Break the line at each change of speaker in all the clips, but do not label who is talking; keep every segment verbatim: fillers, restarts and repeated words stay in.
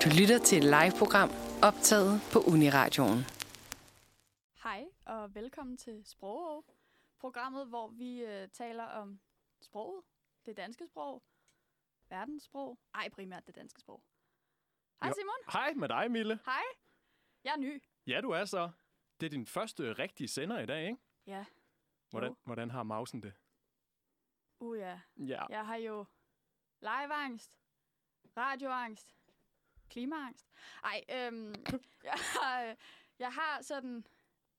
Du lytter til et live-program optaget på Uniradioen.
Hej og velkommen til Sprogov, programmet, hvor vi øh, taler om sproget, det danske sprog, verdenssprog, ej primært det danske sprog. Hej Simon.
Hej med dig, Mille.
Hej. Jeg er ny.
Ja, du er så. Det er din første rigtige sender i dag, ikke?
Ja.
Hvordan, hvordan har mausen det?
Uh ja.
Ja.
Jeg har jo liveangst, radioangst, klimaangst. Ej, øhm, jeg, har, øh, jeg har sådan...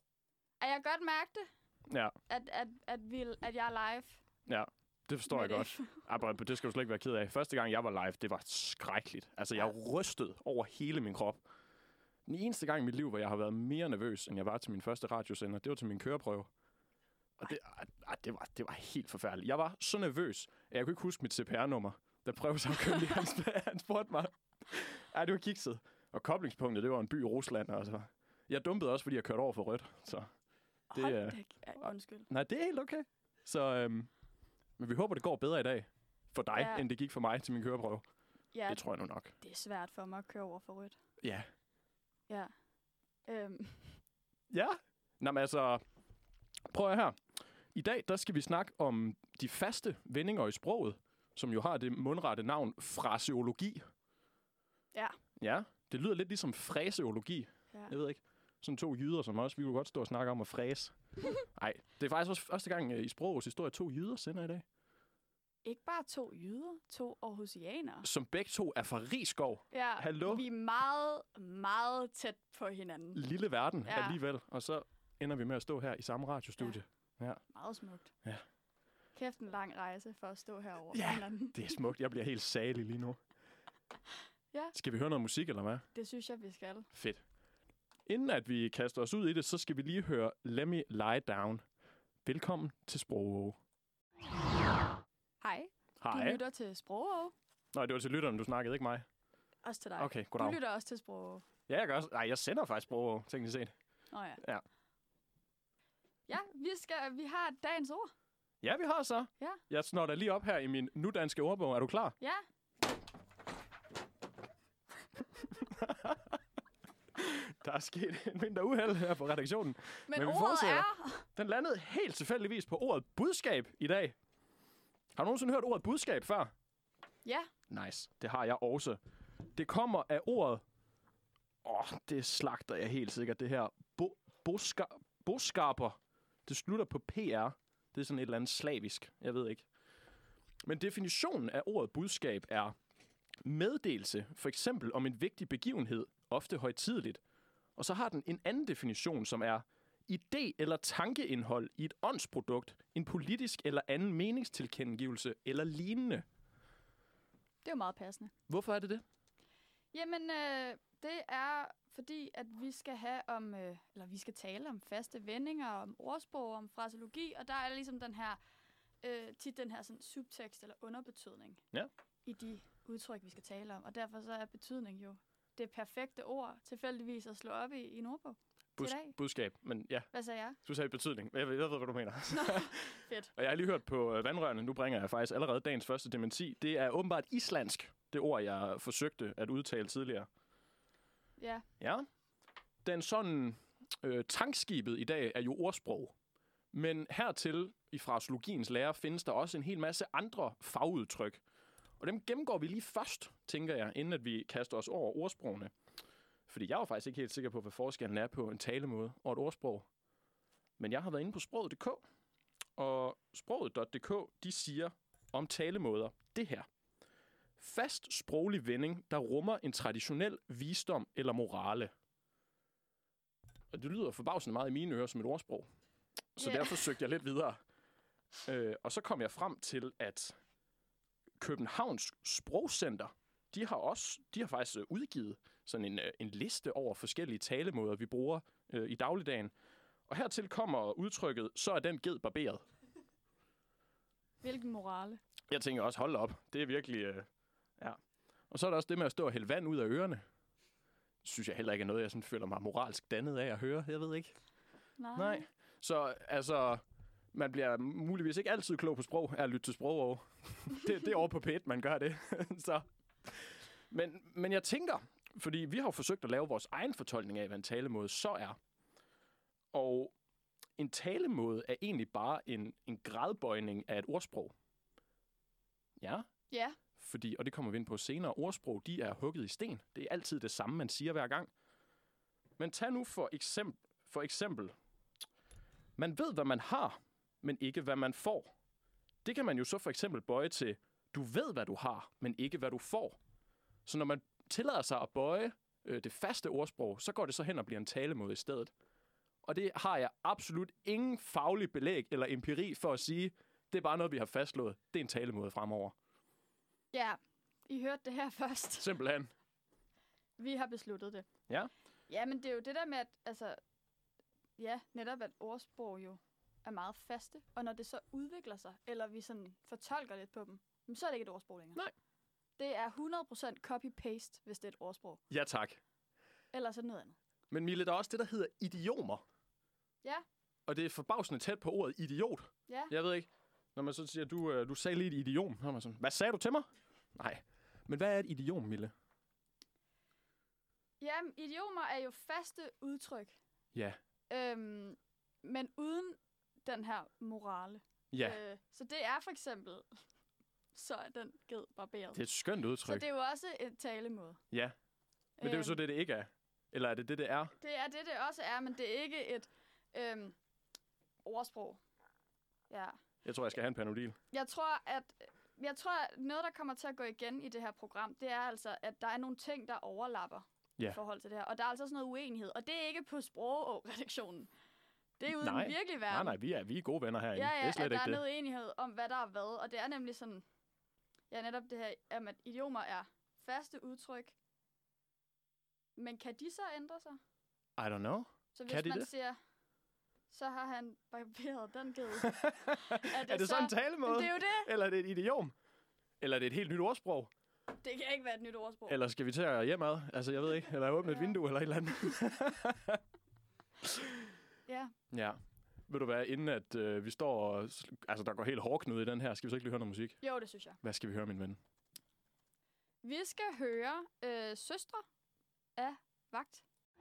At jeg godt mærke det,
Ja.
at, at, at, vi, at jeg er live.
Ja, det forstår jeg
det.
godt. Ej, det skal du slet ikke være ked af. Første gang, jeg var live, det var skrækkeligt. Altså, jeg rystede over hele min krop. Den eneste gang i mit liv, hvor jeg har været mere nervøs, end jeg var til min første radiosender, det var til min køreprøve. Og det, ej, det, var, det var helt forfærdeligt. Jeg var så nervøs, at jeg kunne ikke huske mit C P R-nummer. Da prøvesagkyndige, han, han spurgte mig. Ej, det var kikset. Og koblingspunktet, det var en by i Rusland. Altså. Jeg dumpede også, fordi jeg kørte over for rødt. Så det,
Hold
øh,
da, undskyld.
Nej, det er helt okay. Så, øhm, men vi håber, det går bedre i dag for dig,
Ja.
end det gik for mig til min køreprøve.
Ja,
Det tror jeg nu nok.
det er svært for mig at køre over for rødt.
Ja.
Ja. Øhm.
Ja. Nå, men altså, prøv at her. I dag, der skal vi snakke om de faste vendinger i sproget, som jo har det mundrette navn fraseologi.
Ja.
Ja, det lyder lidt ligesom fræseologi.
Ja.
Jeg ved ikke. Sådan to jyder som os, vi kunne godt stå og snakke om at fræse. Nej, det er faktisk også første gang i sprogets historie, to jyder sender i dag.
Ikke bare to jyder, to aarhusianere.
Som begge to er fra Risskov.
Ja,
Hallo?
vi er meget, meget tæt på hinanden.
Lille verden
Ja.
alligevel. Og så ender vi med at stå her i samme radiostudie. Ja.
Meget smukt.
Ja.
Kæft en lang rejse for at stå herovre
Ja.
for hinanden.
Det er smukt. Jeg bliver helt salig lige nu.
Ja.
Skal vi høre noget musik, eller hvad?
Det synes jeg, vi skal.
Fedt. Inden at vi kaster os ud i det, så skal vi lige høre Let Me Lie Down. Velkommen til Sprogov.
Hej.
Hej.
Du lytter til Sprogov.
Nå, det var til lytterne, du snakkede, ikke mig.
Også til dig.
Okay,
Du
goddag.
lytter også til Sprogov.
Ja, jeg gør også. Nej, jeg sender faktisk Sprogov, teknisk set.
Nå ja.
Ja.
Ja, vi, skal, vi har dagens ord.
Ja, vi har så.
Ja.
Jeg snor dig lige op her i min nudanske ordbog. Er du klar?
Ja.
Der er sket en mindre uheld her på redaktionen.
Men,
Men vi
ordet
fortsætter.
er...
Den landede helt tilfældigvis på ordet budskab i dag. Har du nogensinde hørt ordet budskab før?
Ja.
Nice. Det har jeg også. Det kommer af ordet... Åh, oh, det slagter jeg helt sikkert, det her. Bo, boska, boskaber. Det slutter på P R. Det er sådan et eller andet slavisk. Jeg ved ikke. Men definitionen af ordet budskab er meddelelse, for eksempel om en vigtig begivenhed, ofte højtideligt. Og så har den en anden definition, som er idé eller tankeindhold i et åndsprodukt, en politisk eller anden meningstilkendegivelse eller lignende.
Det er jo meget passende.
Hvorfor er det det?
Jamen, øh, det er fordi, at vi skal have om, øh, eller vi skal tale om faste vendinger, om ordsprog, om fraseologi, og der er ligesom den her, øh, tit den her sådan subtekst eller underbetydning
Ja.
i de udtryk, vi skal tale om. Og derfor så er betydning jo det perfekte ord tilfældigvis at slå op i, i en ordbog
Bus-
til i dag.
budskab, men ja,
Hvad sagde jeg?
du sagde betydning. Jeg ved, jeg ved hvad du mener.
Fedt.
Og jeg har lige hørt på øh, vandrørene, nu bringer jeg faktisk allerede dagens første dementi. Det er åbenbart islandsk, det ord, jeg forsøgte at udtale tidligere.
Ja.
Ja. Den sådan, øh, tankskibet i dag er jo ordsprog. Men hertil, i fraseologiens lære, findes der også en hel masse andre fagudtryk. Og dem gennemgår vi lige først, tænker jeg, inden at vi kaster os over ordsprogene. Fordi jeg var faktisk ikke helt sikker på, hvad forskellen er på en talemåde og et ordsprog. Men jeg har været inde på sproget punktum d k, og sproget punktum d k, de siger om talemåder det her. Fast sproglig vending, der rummer en traditionel visdom eller morale. Og det lyder forbavsende meget i mine ører som et ordsprog. Så
Yeah.
derfor søgte jeg lidt videre. Øh, og så kom jeg frem til, at Københavns Sprogcenter, de har også, de har faktisk udgivet sådan en, en liste over forskellige talemåder, vi bruger øh, i dagligdagen. Og hertil kommer udtrykket, så er den ged barberet.
Hvilken morale?
Jeg tænker også, hold op, det er virkelig... Øh, ja. Og så er der også det med at stå og hælde vand ud af ørerne. Det synes jeg heller ikke er noget, jeg sådan føler mig moralsk dannet af at høre. Jeg ved ikke.
Nej.
Nej. Så altså, man bliver muligvis ikke altid klog på sprog af at lytte til sprog over. det, det er over på P et, man gør det. så. Men, men jeg tænker, Fordi vi har jo forsøgt at lave vores egen fortolkning af, hvad en talemåde så er. Og en talemåde er egentlig bare en, en gradbøjning af et ordsprog. Ja.
Ja.
Fordi, og det kommer vi ind på senere, ordsprog, de er hugget i sten. Det er altid det samme, man siger hver gang. Men tag nu for eksempel, for eksempel, man ved, hvad man har, men ikke, hvad man får. Det kan man jo så for eksempel bøje til, du ved, hvad du har, men ikke, hvad du får. Så når man tillader sig at bøje øh, det faste ordsprog, så går det så hen og bliver en talemåde i stedet. Og det har jeg absolut ingen faglig belæg eller empiri for at sige, det er bare noget, vi har fastslået. Det er en talemåde fremover.
Ja, I hørte det her først.
Simpelthen.
Vi har besluttet det.
Ja.
Ja, men det er jo det der med, at altså, ja, netop at ordsprog jo er meget faste, og når det så udvikler sig, eller vi sådan fortolker lidt på dem, så er det ikke et ordsprog længere.
Nej.
Det er hundrede procent copy-paste, hvis det er et ordsprog.
Ja, tak.
Eller så noget andet.
Men Mille, der er også det, der hedder idiomer.
Ja.
Og det er forbavsende tæt på ordet idiot.
Ja.
Jeg ved ikke, når man så siger, du, du sagde lige et idiom, så er man sådan, hvad sagde du til mig? Nej. Men hvad er et idiom, Mille?
Jamen, idiomer er jo faste udtryk.
Ja.
Øhm, men uden den her morale.
Ja.
Øh, så det er for eksempel, så er den ged barberet.
Det er et skønt udtryk.
Så det er jo også et talemåde.
Ja. Men det er jo så det, det ikke er. Eller er det det, det er?
Det er det, det også er, men det er ikke et øhm, ordsprog. Ja.
Jeg tror, jeg skal have en Panodil.
Jeg tror, at jeg tror, at noget, der kommer til at gå igen i det her program, det er altså, at der er nogle ting, der overlapper
ja.
i forhold til det her. Og der er altså sådan noget uenighed. Og det er ikke på sprogredaktionen. Det er ude i
nej.
den virkelige verden.
Nej, nej, vi er, vi er gode venner herinde.
Ja, ja,
det er slet
at der
ikke
er
det.
noget enighed om, hvad der er hvad. Og det er nemlig sådan, ja, netop det her, at idiomer er faste udtryk. Men kan de så ændre sig?
I don't know.
Så hvis
kan de
man
det?
siger, så har han barberet den ged. er det,
er det så, så en talemåde?
Det er jo det.
Eller er det et idiom? Eller er det et helt nyt ordsprog?
Det kan ikke være et nyt ordsprog.
Eller skal vi til at hjemad? Altså, jeg ved ikke. Eller åbne ja. et vindue eller et eller andet.
ja.
Ja. Ved du hvad, inden at øh, vi står og... Altså, der går helt hårdknude i den her. Skal vi så ikke lige høre noget musik?
Jo, det synes jeg.
Hvad skal vi høre, min ven?
Vi skal høre øh, Søstre af Vagt.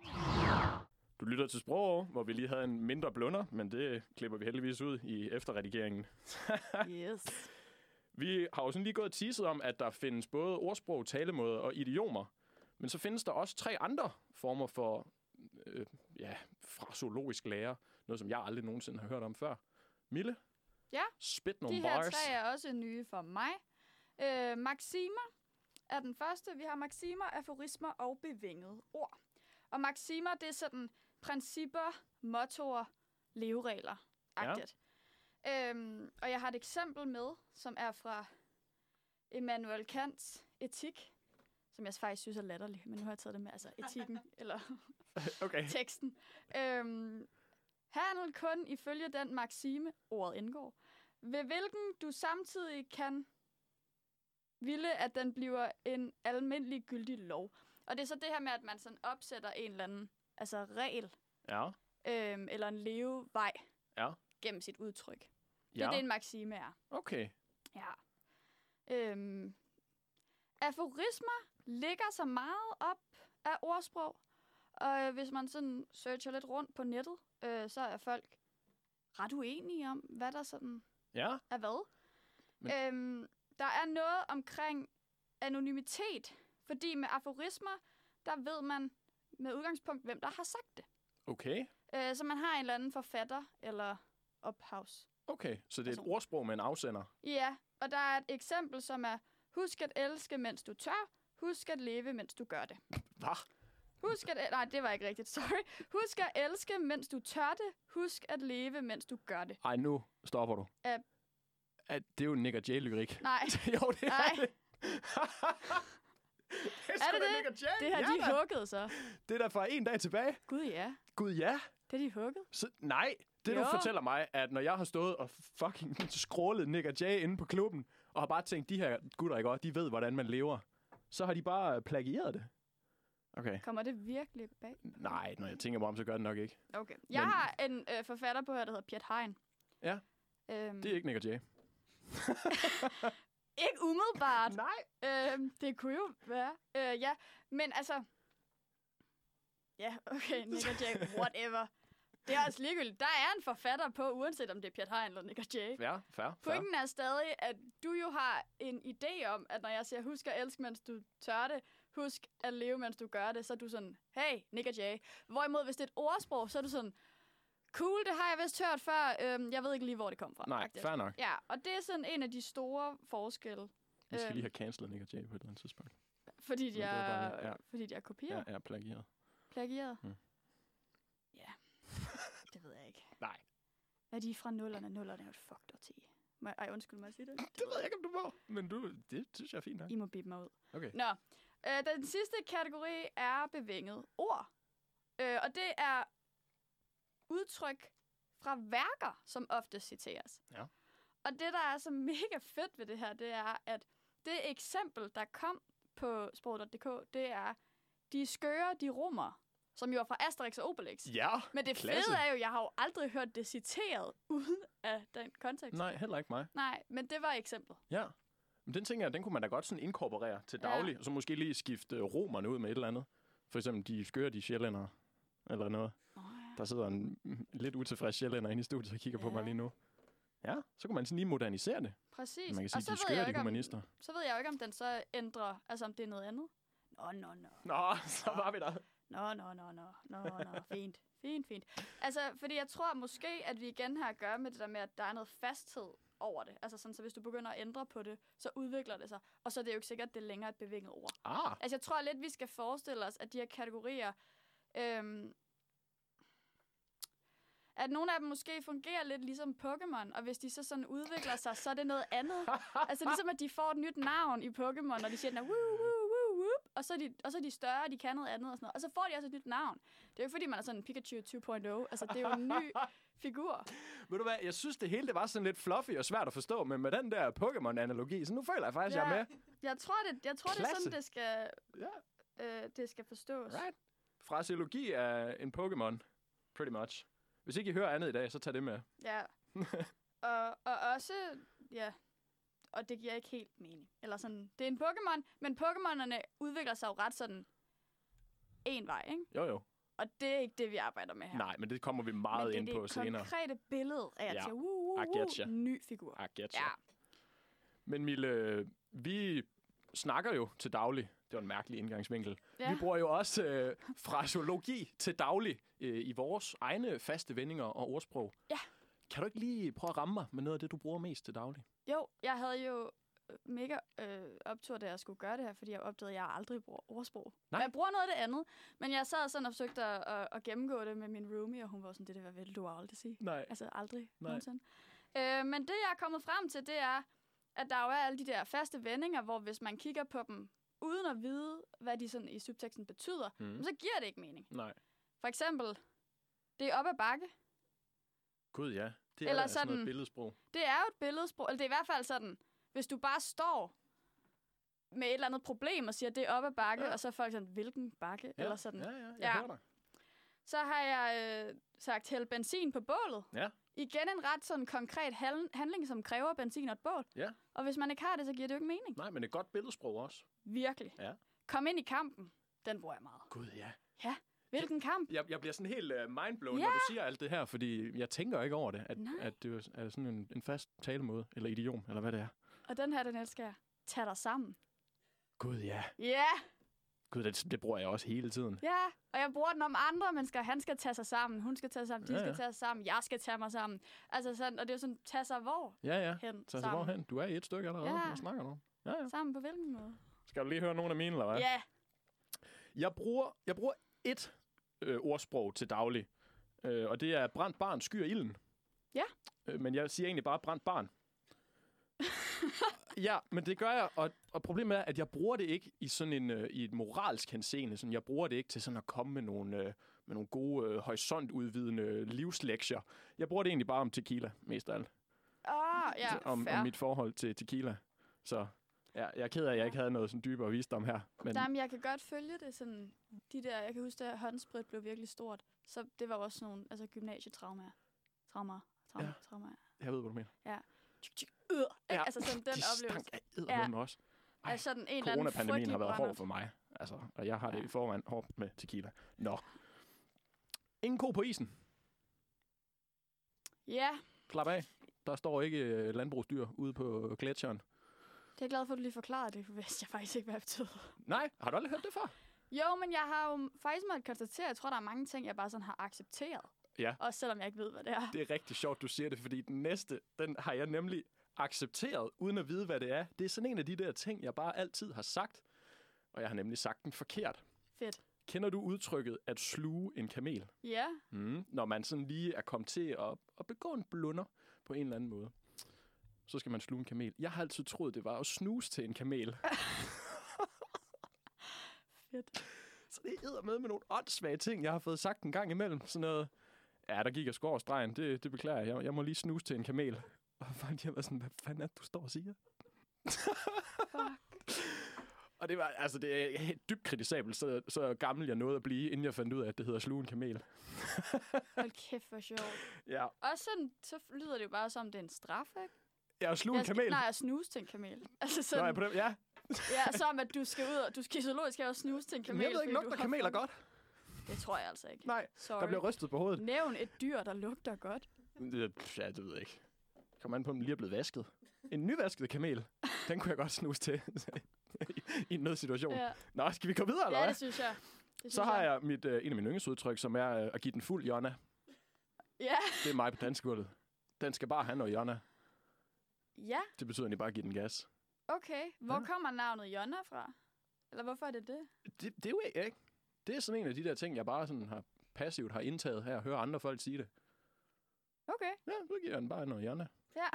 Du lytter til Sprog, hvor vi lige havde en mindre blunder, men det klipper vi heldigvis ud i efterredigeringen.
yes.
Vi har jo sådan lige gået og teaset om, at der findes både ordsprog, talemåder og idiomer. Men så findes der også tre andre former for øh, ja, fraseologisk lære. Noget, som jeg aldrig nogensinde har hørt om før. Mille?
Ja,
spit nogle
de her
bars.
tre er også nye for mig. Øh, maximer er den første. Vi har maximer, aforismer og bevingede ord. Og maximer, det er sådan principper, mottoer, leveregler-agtigt. Ja. Øhm, og jeg har et eksempel med, som er fra Immanuel Kants etik, som jeg faktisk synes er latterlig, men nu har jeg taget det med, altså etikken, eller
okay.
teksten. Øhm, handel kun ifølge den maxime, ordet indgår, ved hvilken du samtidig kan ville, at den bliver en almindelig gyldig lov. Og det er så det her med, at man sådan opsætter en eller anden altså regel,
ja.
øhm, eller en levevej
ja.
gennem sit udtryk. Det
ja.
er det, en maxime er.
Okay.
Ja. Øhm, aforismer ligger så meget op af ordsprog, og øh, hvis man sådan searcher lidt rundt på nettet, øh, så er folk ret uenige om, hvad der sådan
ja.
er hvad.
Men...
Øhm, der er noget omkring anonymitet, fordi med aforismer, der ved man med udgangspunkt, hvem der har sagt det.
Okay.
Øh, så man har en eller anden forfatter eller ophavs.
Okay, så det er et ordsprog med en afsender?
Ja, og der er et eksempel, som er, husk at elske, mens du tør. Husk at leve, mens du gør det.
Hvad?
Husk at... Nej, det var ikke rigtigt, sorry. Husk at elske, mens du tør det. Husk at leve, mens du gør det.
Ej, nu stopper du.
Uh,
at det er jo Nick og Jay-lyrik.
Nej.
jo, det
nej.
er det.
det er, er det det? Nick det har ja, de hugget så.
Det er der fra en dag tilbage.
Gud ja.
Gud ja.
Det er de hugget.
Så, nej, det
jo.
Du fortæller mig, at når jeg har stået og fucking scrollet Nick og Jay inde på klubben, og har bare tænkt, de her gutter, ikke, de ved, hvordan man lever, så har de bare plagieret det. Okay.
Kommer det virkelig bag?
Nej, når jeg tænker mig om, så gør det nok ikke.
Okay. Jeg Men... har en øh, forfatter på her, der hedder Piet Hein.
Ja. Øhm... Det er ikke Nick og Jay.
Ikke umiddelbart.
Nej.
Øhm, det kunne jo være. Øh, ja, men altså, Ja, okay, Nick og Jay, whatever. Det er også ligegyldigt. Der er en forfatter på, uanset om det er Piet Hein eller Nick og Jay.
Ja, fair,
Pointen er stadig, at du jo har en idé om, at når jeg siger, husk at elske, mens du tør det, husk at leve, mens du gør det, så er du sådan, hey, Nick og Jay. Hvorimod, hvis det er et ordsprog, så er du sådan, cool, det har jeg vist hørt før, øhm, jeg ved ikke lige, hvor det kom fra.
Nej,
faktisk.
fair nok.
Ja, og det er sådan en af de store forskelle.
Vi skal
øhm,
lige have cancelet Nick og Jay på et eller andet tidspunkt.
Fordi de
Men det var
er,
bare- ja.
fordi de er kopieret.
Ja, ja, plagieret.
Plagieret.
Hmm.
Ja, det ved jeg ikke.
Nej.
Er de fra nullerne? Nullerne er jo et fucked årti. Må jeg- Ej, undskyld mig at sige det.
Det ved jeg ikke, om du må. Men du, det synes jeg er fint nok.
I må bippe mig ud.
Okay.
Nå, øh, den sidste kategori er bevinget ord. Øh, og det er udtryk fra værker, som ofte citeres.
Ja.
Og det, der er så mega fedt ved det her, det er, at det eksempel, der kom på sprog punktum d k, det er de skøre, de romer, som jo er fra Asterix og Obelix.
Ja,
Men det
klasse.
fede er jo, jeg har jo aldrig hørt det citeret uden af den kontekst.
Nej, heller ikke mig.
Nej, men det var eksemplet.
Ja. Men den tænker jeg, den kunne man da godt sådan inkorporere til
Ja.
daglig, og så måske lige skifte romerne ud med et eller andet. For eksempel de skøre, de sjællændere, eller noget.
Oh, ja.
Der sidder en mm, lidt utilfreds sjællænder inde i studiet og kigger ja. på
Ja.
mig lige nu. Ja, så kunne man sådan lige modernisere det.
Præcis.
Man kan
Og
sige,
så
de
ved
skøre,
jeg
de
ikke, om-
humanister.
Så ved jeg jo ikke, om den så ændrer, altså om det er noget andet. Nå, nå, nå.
Nå, så var vi der.
Nå, nå, nå, nå, nå, nå, fint, fint, fint. Altså, fordi jeg tror måske, at vi igen har at gøre med det der med, at der er noget fasthed over det. Altså sådan, så hvis du begynder at ændre på det, så udvikler det sig. Og så er det jo ikke sikkert, at det er længere et bevinget ord.
Ah,
Altså, jeg tror lidt, vi skal forestille os, at de her kategorier, øhm, at nogle af dem måske fungerer lidt ligesom Pokémon, og hvis de så sådan udvikler sig, så er det noget andet. Altså ligesom, at de får et nyt navn i Pokémon, og de siger, woo, woo, woo, woo, og så er de, og så er de større, de kan noget andet og sådan noget. Og så får de også et nyt navn. Det er jo ikke, fordi man er sådan en Pikachu to punkt nul. Altså, det er jo en ny figur.
ved du hvad, jeg synes det hele det var sådan lidt fluffy og svært at forstå, men med den der Pokémon-analogi, så nu føler jeg faktisk, ja. jeg er med.
Jeg tror, det, jeg tror, det er
Klasse.
sådan, det skal,
Ja,
øh, det skal forstås.
right. Fraseologi er en Pokémon, pretty much. Hvis ikke I hører andet i dag, så tag det med.
Ja. og, og også, ja, og det giver ikke helt mening. Eller sådan, det er en Pokémon, men Pokémonerne udvikler sig jo ret sådan en vej, ikke?
Jo, jo.
Og det er ikke det, vi arbejder med her.
Nej, men det kommer vi meget ind på
Men
senere.
det er det konkrete billede af, at
Ja.
ja. woo, woo,
I
woo,
getcha.
ny figur.
I get
Ja.
you. Men Mille, vi snakker jo til daglig. Det var en mærkelig indgangsvinkel.
Ja.
Vi bruger jo også øh, fraseologi til daglig øh, i vores egne faste vendinger og ordsprog.
Ja.
Kan du ikke lige prøve at ramme mig med noget af det, du bruger mest til daglig?
Jo, jeg havde jo øh, mega øh, optur, da jeg skulle gøre det her, fordi jeg opdagede, at jeg aldrig bruger ordsprog.
Nej.
Jeg bruger noget af det andet, men jeg sad sådan og forsøgte at, at, at gennemgå det med min roomie, og hun var sådan, det der vil du aldrig sige.
Nej.
Altså aldrig
Nej.
nogensinde. Øh, men det, jeg er kommet frem til, det er, at der jo er alle de der faste vendinger, hvor hvis man kigger på dem, uden at vide, hvad de sådan i subteksten betyder,
Mm.
så giver det ikke mening.
Nej.
For eksempel, det er op ad bakke.
Gud ja. Det er
Eller
da sådan noget
sådan-
billedsprog.
Det er jo et billedsprog, eller det er i hvert fald sådan, hvis du bare står med et eller andet problem og siger, det er op ad bakke,
Ja.
ja. og så er folk sådan, hvilken bakke?
Ja.
Eller sådan.
Ja, ja, jeg
Ja.
hører dig.
Så har jeg øh, sagt, hæld benzin på bålet.
Ja.
Igen en ret sådan konkret hal- handling, som kræver benzin og et bål.
Ja.
Og hvis man ikke har det, så giver det jo ikke mening.
Nej, men et godt billedsprog også.
Virkelig.
Ja.
Kom ind i kampen. Den bruger jeg meget.
Gud ja.
Hvilken kamp?
Jeg, jeg bliver sådan helt uh, mindblown,
Ja.
når du siger alt det her, fordi jeg tænker ikke over det, at,
Nej.
at det er er sådan en, en fast talemåde, eller idiom, eller hvad det er.
Og den her, den elsker jeg. Tag dig sammen.
Gud ja.
Ja, yeah,
Gud, det, det bruger jeg også hele tiden.
ja. Yeah. Og jeg bruger den om andre mennesker. Han skal tage sig sammen. Hun skal tage sig sammen. De
Ja,
skal
ja.
tage sig sammen. Jeg skal tage mig sammen. Altså sådan, og det er jo sådan, tage sig hvor
Ja, ja.
hen
Så, så
sammen.
hvorhen? Du er i et stykke allerede.
Ja.
Hvad snakker du om? Ja, ja.
Sammen på hvilken måde?
Skal du lige høre nogle af mine, eller hvad?
Ja.
Jeg bruger, jeg bruger et øh, ordsprog til daglig, øh, og det er brændt barn skyer ilden.
Ja.
Øh, men jeg siger egentlig bare brændt barn. Ja, men det gør jeg, og, og problemet er, at jeg bruger det ikke i sådan en øh, i et moralsk henseende. Sådan, jeg bruger det ikke til sådan at komme med nogle, øh, med nogle gode, øh, horisontudvidende livslektier. Jeg bruger det egentlig bare om tequila, mest af alt.
Ah, ja,
Til- om,
fair.
om mit forhold til tequila. Så ja, jeg er ked af, at jeg ikke havde noget sådan dybere visdom her. Men
Jamen, jeg kan godt følge det sådan, de der, jeg kan huske, at håndsprit blev virkelig stort. Så det var også nogle, altså gymnasietraumer. Traumer. Traumer.
Ja.
Ja. Traumer.
jeg ved, hvad du mener.
Tjuk, tjuk, øh,
Ja,
ja. Altså sådan den
De
oplevelse.
stank af eddermame også. Ej,
Altså sådan en eller anden
Coronapandemien
frygtelig
har været hård
brændert.
for mig. Altså, og jeg har det
Ja.
i forvejen hårdt med tequila. Nå. Ingen ko på isen.
Ja,
Slap af. Der står ikke øh, landbrugsdyr ude på gletsjeren.
det er jeg glad for, at du lige forklarede det, for vidste jeg faktisk ikke, hvad det betød.
Nej, har du aldrig hørt det før?
Jo, men jeg har jo faktisk måttet konstatere, jeg tror, der er mange ting, jeg bare sådan har accepteret.
Ja.
Også selvom jeg ikke ved, hvad det er.
Det er rigtig sjovt, du siger det, fordi den næste, den har jeg nemlig accepteret, uden at vide, hvad det er. Det er sådan en af de der ting, jeg bare altid har sagt, og jeg har nemlig sagt den forkert.
Fedt.
Kender du udtrykket at sluge en kamel?
Ja.
Mm. Når man sådan lige er kommet til at, at begå en blunder på en eller anden måde, så skal man sluge en kamel. Jeg har altid troet, det var at snuse til en kamel.
Fedt.
Så det er med med nogle åndssvage ting, jeg har fået sagt en gang imellem. Sådan noget, ja, der gik jeg sgu over stregen. Det, det beklager jeg. Jeg må lige snuse til en kamel. Og folk, jeg var sådan, hvad fanden er det, du står og siger?
Fuck.
Og det var, altså, det er helt dybt kritisabelt, så, så gammel jeg nåede at blive, inden jeg fandt ud af, at det hedder sluge en kamel.
Hold kæft, hvor sjovt.
Ja.
Også sådan, så lyder det jo bare som, det er en straf, ikke?
Ja, at sluge en
Jeg skal,
kamel.
nej, at snuse til en kamel. Altså
Nå,
sådan,
ja, på den, ja.
ja, som at du skal ud og, du skal zoologisk skal også snuse til en kamel.
Men jeg ved ikke,
fordi
lugter
du har
kameler
fundet-
godt?
Det tror jeg altså ikke.
Nej,
Sorry.
der bliver rystet på hovedet.
Nævn et dyr, der lugter godt.
Det, ja, det ved jeg ikke. Kommer an på, om den lige er blevet vasket. En nyvasket kamel, den kunne jeg godt snuse til i, i en nødsituation.
Ja,
Nå, skal vi gå videre, eller
ja
hvad?
det synes jeg. Det synes
Så har jeg mit, uh, en af mine yndlingsudtryk, som er uh, at give den fuld Jonna.
Ja.
Det er mig på dansegulvet. Den skal bare have noget Jonna.
Ja,
Det betyder egentlig bare at give den gas.
okay. Hvor
Ja.
kommer navnet Jonna fra? Eller hvorfor er det det?
Det, det er jo ikke. Det er sådan en af de der ting, jeg bare sådan har passivt har indtaget her og hører andre folk sige det.
Okay.
Ja, så giver jeg den bare noget Jonna.
Ja.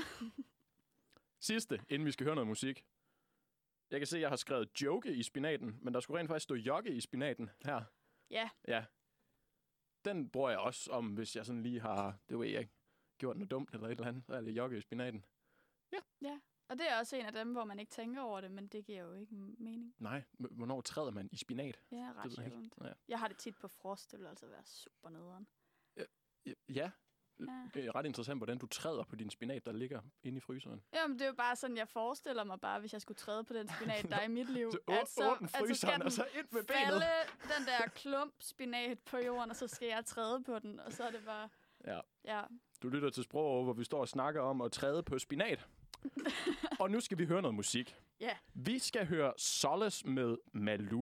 Sidste, inden vi skal høre noget musik. Jeg kan se, at jeg har skrevet joke i spinaten, men der skulle rent faktisk stå jogge i spinaten her.
Ja.
Ja. Den bruger jeg også om, hvis jeg sådan lige har, det ved jeg ikke, gjort noget dumt eller et eller andet. Så er det jogge i spinaten.
Ja. Og det er også en af dem, hvor man ikke tænker over det, men det giver jo ikke mening.
Nej, h- hvornår træder man i spinat?
Ja,
Det
ret
ved jeg ikke.
sjældent.
Ja.
Jeg har det tit på frost, det vil altså være super nederen.
Ja, ja.
Ja.
Det er ret interessant, hvordan du træder på din spinat, der ligger inde i fryseren.
Jamen, det er jo bare sådan, jeg forestiller mig bare, hvis jeg skulle træde på den spinat, der er i mit liv.
Så
at
å- åbn fryseren,
skal den
og så ind med benet.
falde den der klump spinat på jorden, og så skal jeg træde på den, og så er det bare...
Ja.
Ja.
Du lytter til Sprog, hvor vi står og snakker om at træde på spinat. Og nu skal vi høre noget musik.
Ja.
Vi skal høre Solace med Malou.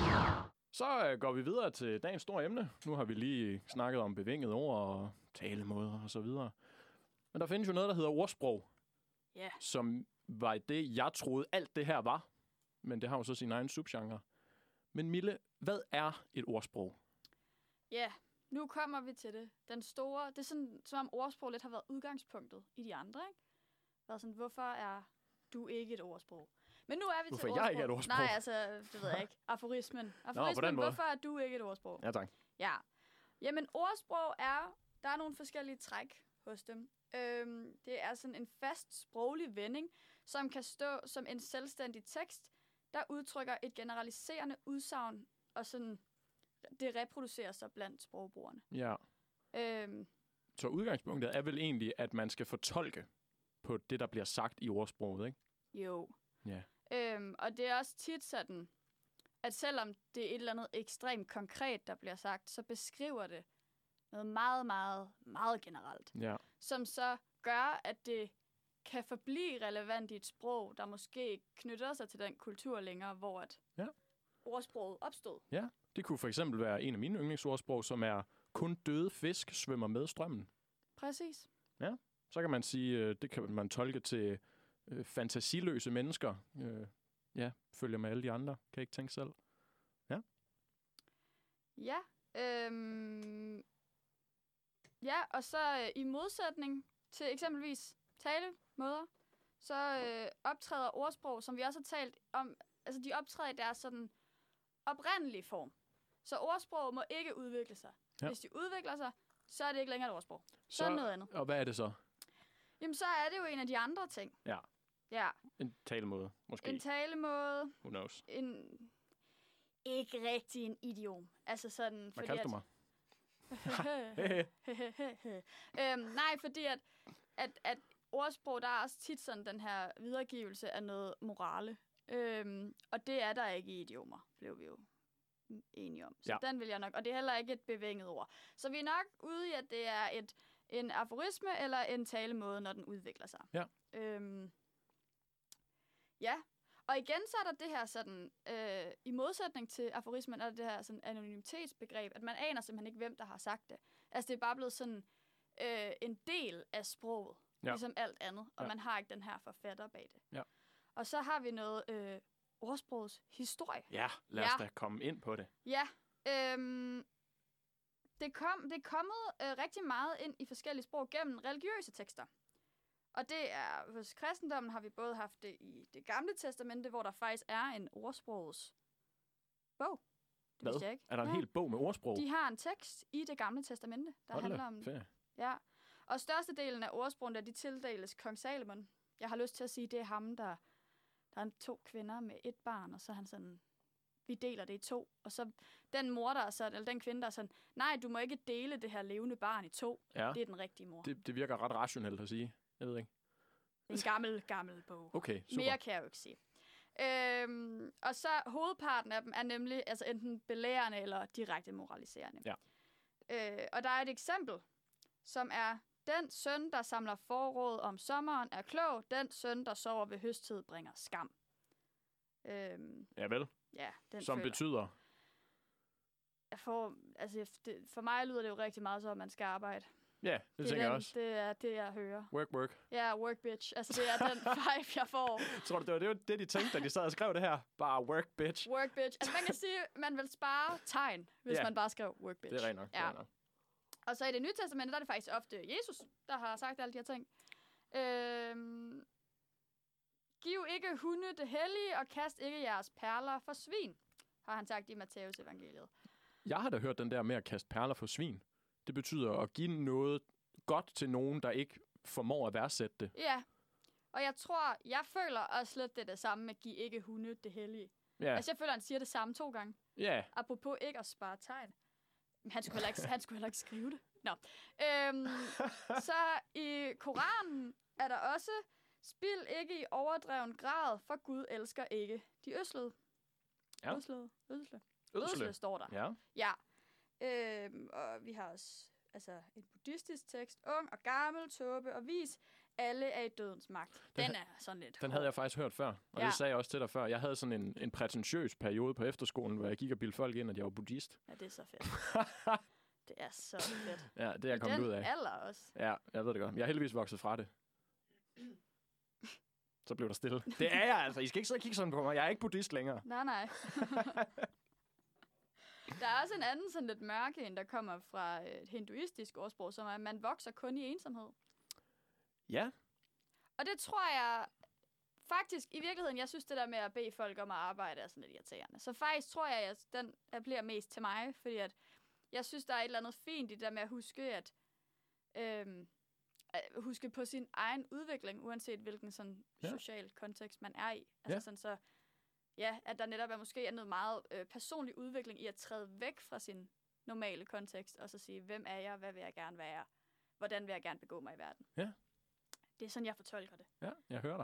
Så øh, går vi videre til dagens store emne. Nu har vi lige snakket om bevingede ord og talemåder og så videre. Men der findes jo noget, der hedder ordsprog.
Ja.
Som var det, jeg troede alt det her var. Men det har jo så sin egen subgenre. Men Mille, hvad er et ordsprog?
Ja, nu kommer vi til det. Den store... Det er sådan, som om ordsprog lidt har været udgangspunktet i de andre, ikke? Været sådan, hvorfor er du ikke et ordsprog? Men nu er vi
Hvorfor
til
jeg
ordsprog.
ikke er et ordsprog?
Nej, altså, det ved jeg ikke. Aforismen. Aforismen,
den måde.
hvorfor er du ikke et ordsprog?
Ja, tak.
Ja. Jamen, ordsprog er... Der er nogle forskellige træk hos dem. Øhm, det er sådan en fast sproglig vending, som kan stå som en selvstændig tekst, der udtrykker et generaliserende udsagn, og sådan... Det reproducerer sig blandt sprogbrugerne.
Ja.
Øhm,
Så udgangspunktet er vel egentlig, at man skal fortolke på det, der bliver sagt i ordsproget, ikke?
jo.
Ja.
Øhm, og det er også tit sådan, at selvom det er et eller andet ekstremt konkret, der bliver sagt, så beskriver det noget meget, meget, meget generelt.
Ja.
Som så gør, at det kan forblive relevant i et sprog, der måske ikke knytter sig til den kultur længere, hvor at
Ja.
ordsproget opstod.
Ja. Det kunne for eksempel være en af mine yndlingsordsprog, som er kun døde fisk svømmer med strømmen.
Præcis.
Så kan man sige, øh, det kan man tolke til øh, fantasiløse mennesker. Øh, ja, følger med alle de andre. Kan ikke tænke selv.
Ja. Øhm, ja, og så øh, i modsætning til eksempelvis talemåder, så øh, optræder ordsprog, som vi også har talt om, altså de optræder i deres sådan oprindelige form. Så ordsprog må ikke udvikle sig.
Ja.
Ja. Hvis de udvikler sig, så er det ikke længere et ordsprog. Så, så er det noget andet.
Og hvad er det så?
Jamen, så er det jo en af de andre ting.
Ja.
Ja,
En talemåde, måske.
en talemåde,
Who knows?
en... Ikke rigtig en idiom. Altså sådan...
Hvad kaldte du mig?
øhm, nej, fordi at, at, at ordsprog, der er også tit sådan den her videregivelse af noget morale. Øhm, og det er der ikke i idiomer, blev vi jo enige om. Så
Ja.
den vil jeg nok, og det er heller ikke et bevinget ord. Så vi er nok ude i, at det er et, en aforisme eller en talemåde, når den udvikler sig.
Ja.
Øhm, ja, og igen så er der det her sådan, øh, i modsætning til aforismen, er der det her sådan anonymitetsbegreb, at man aner simpelthen ikke, hvem der har sagt det. Altså det er bare blevet sådan øh, en del af sproget,
Ja.
ligesom alt andet, og
Ja.
man har ikke den her forfatter bag det.
Ja.
Og så har vi noget øh, ordsprogets historie.
Ja, lad os
Ja.
da komme ind på det.
Ja, øhm, det, kom, det er kommet øh, rigtig meget ind i forskellige sprog gennem religiøse tekster. Og det er, hos kristendommen har vi både haft det i det gamle testamente, hvor der faktisk er en ordsprogets bog. Det
Hvad?
vidste jeg ikke.
Er der en
Ja.
hel bog med ordsprog?
De har en tekst i det gamle testamente, der
Hold da,
handler om...
ferie.
Ja, og størstedelen af ordsprogen, der de tildeles kong Salomon. Jeg har lyst til at sige, det er ham, der... Der er to kvinder med et barn, og så er han sådan... Vi deler det i to. Og så den mor, der er sådan... Eller den kvinde, der er sådan... Nej, du må ikke dele det her levende barn i to.
Ja,
Det er den rigtige mor. Det,
det, det virker ret rationelt at sige. Jeg ved ikke.
det er en gammel, gammel bog.
Okay, super.
Mere kan jeg jo ikke sige. Øhm, og så hovedparten af dem er nemlig altså enten belærende eller direkte moraliserende.
Ja.
Øh, og der er et eksempel, som er, den søn, der samler forråd om sommeren, er klog. Den søn, der sover ved høsttid, bringer skam. Øhm,
Ja vel,
ja, den
som
føler.
betyder...
Jeg får, altså, det, for mig lyder det jo rigtig meget som, at man skal arbejde.
Ja, det, det
Det
tænker
er,
jeg
den,
også.
det er det, jeg hører.
Work, work.
Ja, work bitch. Altså, det er den vibe, jeg får.
Tror du, det var det, det, de tænkte, da de sad og skrev det her? Bare work, bitch.
Work bitch. Altså, man kan sige, at man vil spare tegn, hvis
Ja.
man bare skrev work bitch.
Det er rent nok.
Ja.
Det er rent nok.
Og så i det nye testamente, der er det faktisk ofte Jesus, der har sagt alle de her ting. Øhm, Giv ikke hunde det hellige, og kast ikke jeres perler for svin, har han sagt i Matteus evangeliet.
Jeg har da hørt den der med at kaste perler for svin. Det betyder at give noget godt til nogen, der ikke formår at værdsætte det.
Ja, og jeg tror, jeg føler også lidt det, det samme med giv ikke hunde det hellige.
Ja,
Altså jeg føler, han siger det samme to gange.
ja.
Apropos ikke at spare tegn. Men Han skulle heller ikke, han skulle heller ikke skrive det. Nå. Øhm, så i Koranen er der også, spil ikke i overdreven grad, for Gud elsker ikke de øslede.
Ja.
Øslede, øsle.
Ødsle.
Øsle står der.
Ja.
Ja. Øhm, og vi har også altså, en buddhistisk tekst. Ung og gammel, tåbe og vis. Alle er i dødens magt. Den,
Den
er sådan lidt
Den
hård.
havde jeg faktisk hørt før, og
Ja.
det sagde jeg også til dig før. Jeg havde sådan en, en prætentiøs periode på efterskolen, hvor jeg gik og bildte folk ind, at jeg var buddhist.
Ja, det er så fedt. Det er så fedt.
Ja, det er jeg
I
kommet
den
ud af.
alder også.
Ja, jeg ved det godt. Jeg er heldigvis vokset fra det. Så blev der stille. Det er jeg altså. I skal ikke sidde og kigge sådan på mig. Jeg er ikke buddhist længere.
Nej, nej. Der er også en anden sådan lidt mørke en, der kommer fra et hinduistisk ordsprog, som er, at man vokser kun i ensomhed.
Ja.
Og det tror jeg faktisk, i virkeligheden, jeg synes det der med at bede folk om at arbejde er sådan lidt irriterende. Så faktisk tror jeg, at den appellerer mest til mig, fordi at jeg synes, der er et eller andet fint i det der med at huske, at øhm, at huske på sin egen udvikling, uanset hvilken sådan
Ja.
social kontekst man er i. Altså
Ja.
sådan så, ja, at der netop er måske er noget meget øh, personlig udvikling i at træde væk fra sin normale kontekst, og så sige, hvem er jeg, hvad vil jeg gerne være, hvordan vil jeg gerne begå mig i verden.
Ja.
Det er sådan, jeg fortolker det.
Ja, jeg hører dig.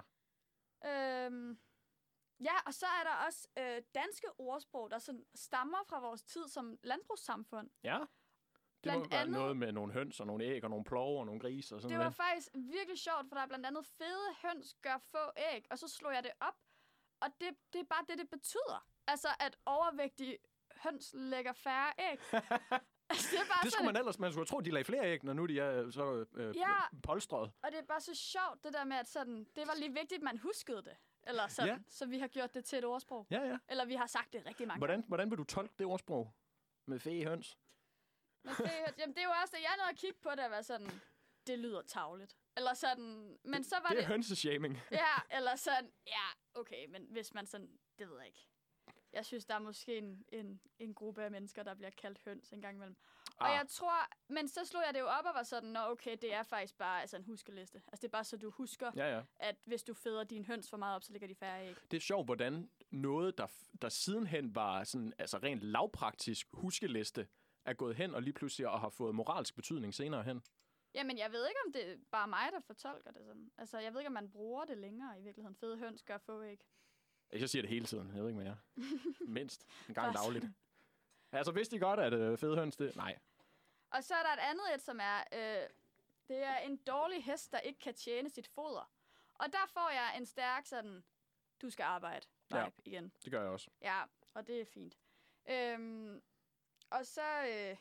Øhm, ja, og så er der også øh, danske ordsprog, der sådan stammer fra vores tid som landbrugssamfund.
Ja. Det
Blandt
må være
andet-
noget med nogle høns og nogle æg og nogle plover og nogle grise og sådan
Det
noget.
var faktisk virkelig sjovt, for der er blandt andet fede høns gør få æg, og så slog jeg det op, og det, det er bare det, det betyder. Altså, at overvægtige høns lægger færre æg. Altså, det er bare
Det skulle
sådan,
man ellers, man skulle tro, de lagde flere æg, når nu de er så øh,
Ja.
polstrede.
og det er bare så sjovt, det der med, at sådan, det var lige vigtigt, at man huskede det. Eller sådan,
Ja.
så vi har gjort det til et ordsprog.
Ja, ja.
Eller vi har sagt det rigtig mange
Hvordan, hvordan vil du tolke det ordsprog? Med fede høns?
Men det, jamen, det er jo også det, jeg nåede at kigge på det, og være sådan, det lyder tavligt. Eller sådan, men så var
Det
det...
er hønseshaming.
Ja, eller sådan, ja, okay, men hvis man sådan, det ved jeg ikke. Jeg synes, der er måske en, en, en gruppe af mennesker, der bliver kaldt høns en gang imellem. Og
Ah.
jeg tror, men så slog jeg det jo op og var sådan, nå okay, det er faktisk bare altså en huskeliste. Altså det er bare så, du husker, ja.
Ja, ja.
at hvis du føder din høns for meget op, så ligger de færre æg.
Det er sjovt, hvordan noget, der, der sidenhen var sådan, altså rent lavpraktisk huskeliste, er gået hen og lige pludselig og har fået moralsk betydning senere hen.
Jamen, jeg ved ikke, om det er bare mig, der fortolker det sådan. Altså, jeg ved ikke, om man bruger det længere i virkeligheden. Fede høns gør få æg.
Jeg siger det hele tiden. Jeg ved ikke, hvad jeg er. Mindst en gang
Bare
dagligt.
sådan,
Altså, vidste I godt, at øh, fede høns, det... Nej.
Og så er der et andet et, som er, øh, det er en dårlig hest, der ikke kan tjene sit foder. Og der får jeg en stærk sådan, du skal arbejde vibe
Ja.
igen.
Det gør jeg også.
Ja, og det er fint. Øhm, og så, øh,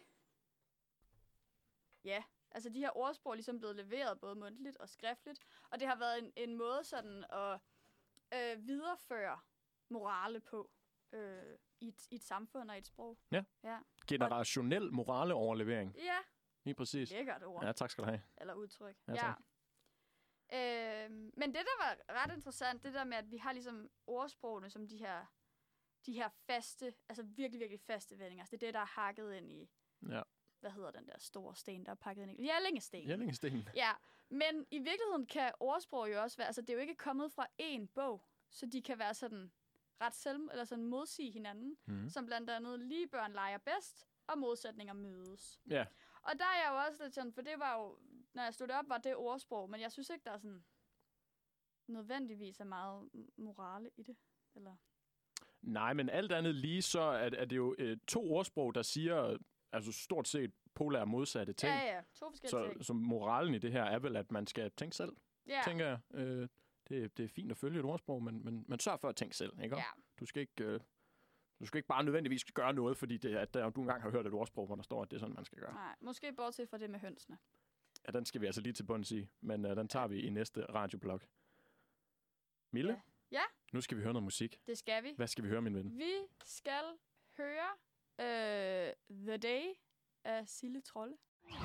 ja, altså de her ordsprog er ligesom blevet leveret både mundtligt og skriftligt. Og det har været en, en måde sådan at øh, videreføre morale på øh, i, et, i et samfund og i et sprog.
Ja.
Ja,
Generationel moraleoverlevering.
ja.
Lige præcis.
Lækkert ord.
Ja, tak skal du have.
Eller udtryk.
Ja, tak.
Ja. Øhm, men det, der var ret interessant, det der med, at vi har ligesom ordsprogene som de her, de her faste, altså virkelig, virkelig faste vendinger. Altså det er det, der er hakket ind i,
Ja.
hvad hedder den der store sten, der er pakket ind i? Jellingestenen.
Jellingestenen.
Ja, men i virkeligheden kan ordsprog jo også være, altså det er jo ikke kommet fra én bog, så de kan være sådan ret selv, eller sådan modsige hinanden,
Mm.
som blandt andet lige børn leger bedst, og modsætninger mødes.
Ja.
Og der er jeg jo også lidt sådan, for det var jo, når jeg stod op, var det ordsprog, men jeg synes ikke, der er sådan nødvendigvis er meget morale i det. Eller?
Nej, men alt andet lige, så er, er det jo øh, to ordsprog, der siger altså stort set polære modsatte ting.
Ja, ja, to forskellige
Så,
ting.
så moralen i det her er vel, at man skal tænke selv,
Ja,
tænker jeg. Øh, det, det er fint at følge et ordsprog, men, men, men sørg for at tænke selv, ikke?
ja.
Du skal ikke... Øh, Du skal ikke bare nødvendigvis gøre noget, fordi det, at der, du engang har hørt et ordsprog, hvor der står, at det er sådan, man skal gøre.
Nej, måske bortset fra det med hønsene.
Ja, den skal vi altså lige til bunds i, men uh, den tager vi i næste radioblog. Mille?
Ja. Ja.
Nu skal vi høre noget musik.
Det skal vi.
Hvad skal vi høre, min ven?
Vi skal høre øh, The Day af Sille Trolle.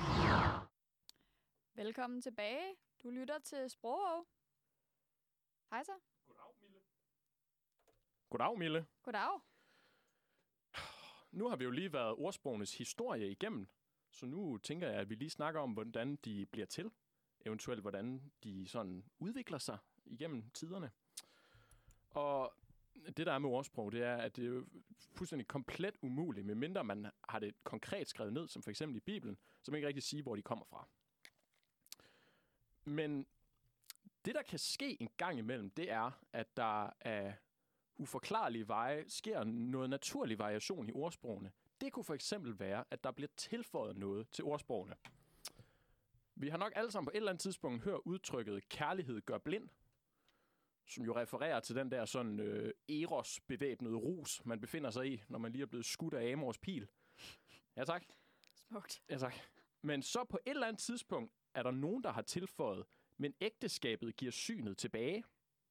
Velkommen tilbage. Du lytter til Sprogov. Hej så.
Goddag, Mille. Goddag, Mille.
Goddag.
Nu har vi jo lige været ordsprogenes historie igennem, så nu tænker jeg, at vi lige snakker om, hvordan de bliver til. Eventuelt, hvordan de sådan udvikler sig igennem tiderne. Og det, der er med ordsprog, det er, at det er jo fuldstændig komplet umuligt, medmindre man har det konkret skrevet ned, som for eksempel i Bibelen, som ikke rigtig siger, hvor de kommer fra. Men det, der kan ske en gang imellem, det er, at der er uforklarlige veje sker noget naturlig variation i ordsprogene. Det kunne for eksempel være, at der bliver tilføjet noget til ordsprogene. Vi har nok alle sammen på et eller andet tidspunkt hørt udtrykket kærlighed gør blind, som jo refererer til den der sådan øh, eros-bevæbnede rus, man befinder sig i, når man lige er blevet skudt af Amors pil. Ja, tak.
Smukt.
Ja, tak. Men så på et eller andet tidspunkt er der nogen, der har tilføjet, men ægteskabet giver synet tilbage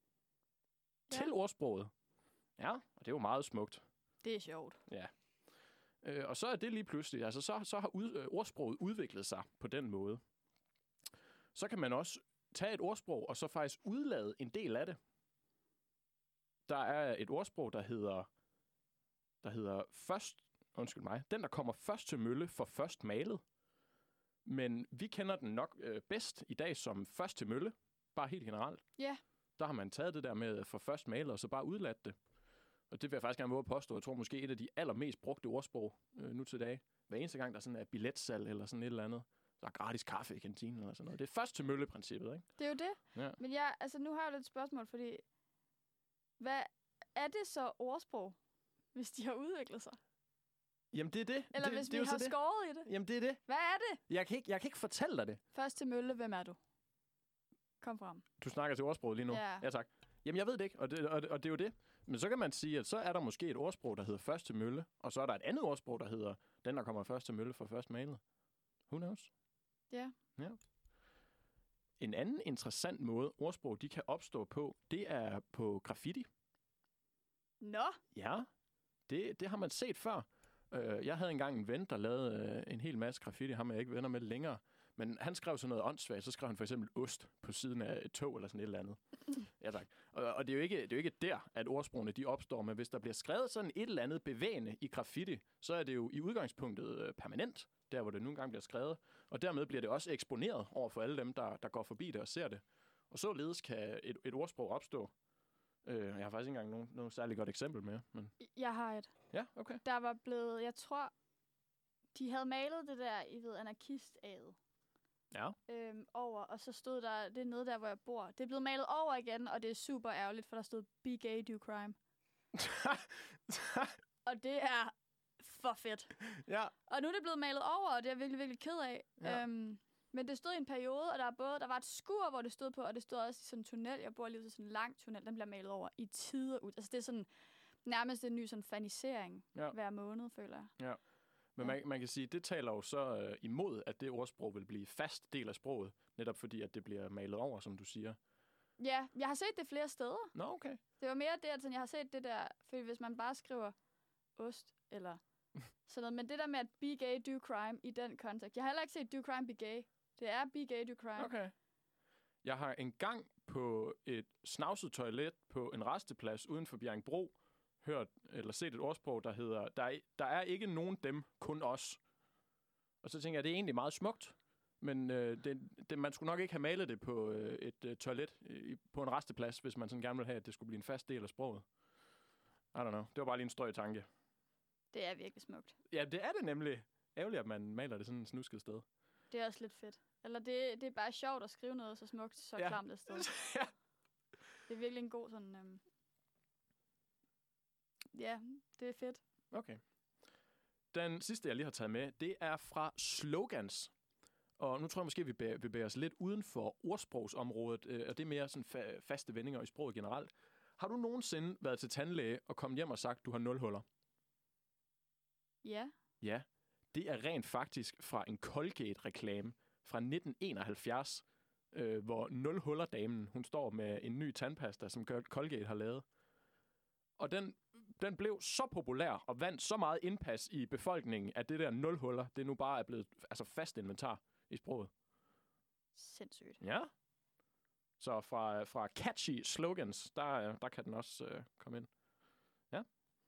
Ja.
til ordsproget. Ja, og det er jo meget smukt.
Det er sjovt.
Ja. Øh, og så er det lige pludselig, altså så, så har ud, øh, ordsproget udviklet sig på den måde. Så kan man også tage et ordsprog, og så faktisk udlade en del af det. Der er et ordsprog, der hedder, der hedder først, undskyld mig, den, der kommer først til mølle, får først malet. Men vi kender den nok øh, bedst i dag som først til mølle, bare helt generelt.
Ja.
Der har man taget det der med for først malet, og så bare udladt det. Og det vil jeg faktisk gerne våge at påstå. Jeg tror måske et af de allermest brugte ordsprog øh, nu til dag. Hver eneste gang, der sådan er billetsalg eller sådan et eller andet, så er gratis kaffe i kantinen eller sådan noget. Det er først til mølle-princippet, ikke?
Det er jo det.
Ja.
Men jeg, altså, nu har jeg lidt et spørgsmål, fordi hvad er det så ordsprog, hvis de har udviklet sig?
Jamen, det er det.
Eller
det,
hvis
det
vi
er jo så
har
det.
skåret i det?
Jamen, det er det.
Hvad er det?
Jeg kan, ikke, jeg kan ikke fortælle dig det.
Først til mølle, hvem er du? Kom frem.
Du snakker til ordsproget lige nu.
Ja.
Ja, tak. Jamen, jeg ved det ikke, og det, og, det, og det er jo det. Men så kan man sige, at så er der måske et ordsprog, der hedder først til mølle, og så er der et andet ordsprog, der hedder den, der kommer først til mølle, for først malet. Who knows?
Ja.
Ja. En anden interessant måde, ordsprog de kan opstå på, det er på graffiti.
Nå,
Ja, det, det har man set før. Øh, jeg havde engang en ven, der lavede øh, en hel masse graffiti. Ham er jeg ikke venner med længere. Men han skrev sådan noget åndssvagt. Så skrev han for eksempel ost på siden af et tog eller sådan et eller andet. Ja, tak. Og, og det, er jo ikke, det er jo ikke der, at ordsprogene de opstår. Men hvis der bliver skrevet sådan et eller andet bevægende i graffiti, så er det jo i udgangspunktet øh, permanent, der hvor det nogle gange bliver skrevet. Og dermed bliver det også eksponeret over for alle dem, der, der går forbi det og ser det. Og således kan et, et ordsprog opstå. Øh, jeg har faktisk ikke engang nogen, nogen særlig godt eksempel med. Men
jeg har et.
ja, okay.
Der var blevet, jeg tror, de havde malet det der, I ved, anarkist-aget.
Ja.
Øhm, over, og så stod der, det er nede der, hvor jeg bor. Det er blevet malet over igen, og det er super ærgerligt, for der stod, be gay, do crime. Og det er for fedt.
Ja.
Og nu er det blevet malet over, og det er jeg virkelig, virkelig ked af.
Ja.
Øhm, men det stod i en periode, og der, er både, der var et skur, hvor det stod på, og det stod også i sådan en tunnel. Jeg bor lige ud til sådan en lang tunnel, den bliver malet over i tider ud. Altså det er sådan nærmest en ny sådan fanisering
Ja.
hver måned, føler jeg.
Ja. Men man, man kan sige, det taler jo så øh, imod, at det ordsprog vil blive fast del af sproget, netop fordi, at det bliver malet over, som du siger.
Ja, jeg har set det flere steder.
Nå, okay.
Det var mere det, at sådan, jeg har set det der, for hvis man bare skriver ost, eller sådan noget, men det der med at be gay, do crime i den kontekst. Jeg har heller ikke set do crime, be gay. Det er be gay, do crime.
Okay. Jeg har engang på et snavset toilet på en resteplads uden for Bjerringbro hørt eller set et ordsprog, der hedder, der er, der er ikke nogen dem, kun os. Og så tænker jeg, det er egentlig meget smukt, men øh, det, det, man skulle nok ikke have malet det på øh, et øh, toilet øh, på en resteplads, hvis man sådan gerne ville have, at det skulle blive en fast del af sproget. I don't know. Det var bare lige en strøg tanke.
Det er virkelig smukt.
Ja, det er det nemlig. Ærgerligt, at man maler det sådan et snusket sted.
Det er også lidt fedt. Eller det, det er bare sjovt at skrive noget så smukt, så
Ja.
klamt et sted.
Ja.
Det er virkelig en god sådan... Øhm... Ja, det er fedt.
Okay. Den sidste, jeg lige har taget med, det er fra slogans. Og nu tror jeg måske, vi bevæger, vi bevæger os lidt uden for ordsprogsområdet, øh, og det er mere sådan fa- faste vendinger i sproget generelt. Har du nogensinde været til tandlæge og kommet hjem og sagt, du har nul huller?
Ja.
Ja, det er rent faktisk fra en Colgate-reklame fra nitten enoghalvfjerds, øh, hvor nul huller-damen, hun står med en ny tandpasta, som Colgate har lavet. Og den, den blev så populær og vandt så meget indpas i befolkningen, at det der nul huller, det nu bare er blevet altså fast inventar i sproget.
Sindssygt.
Ja. Så fra, fra catchy slogans, der, der kan den også øh, komme ind. Ja.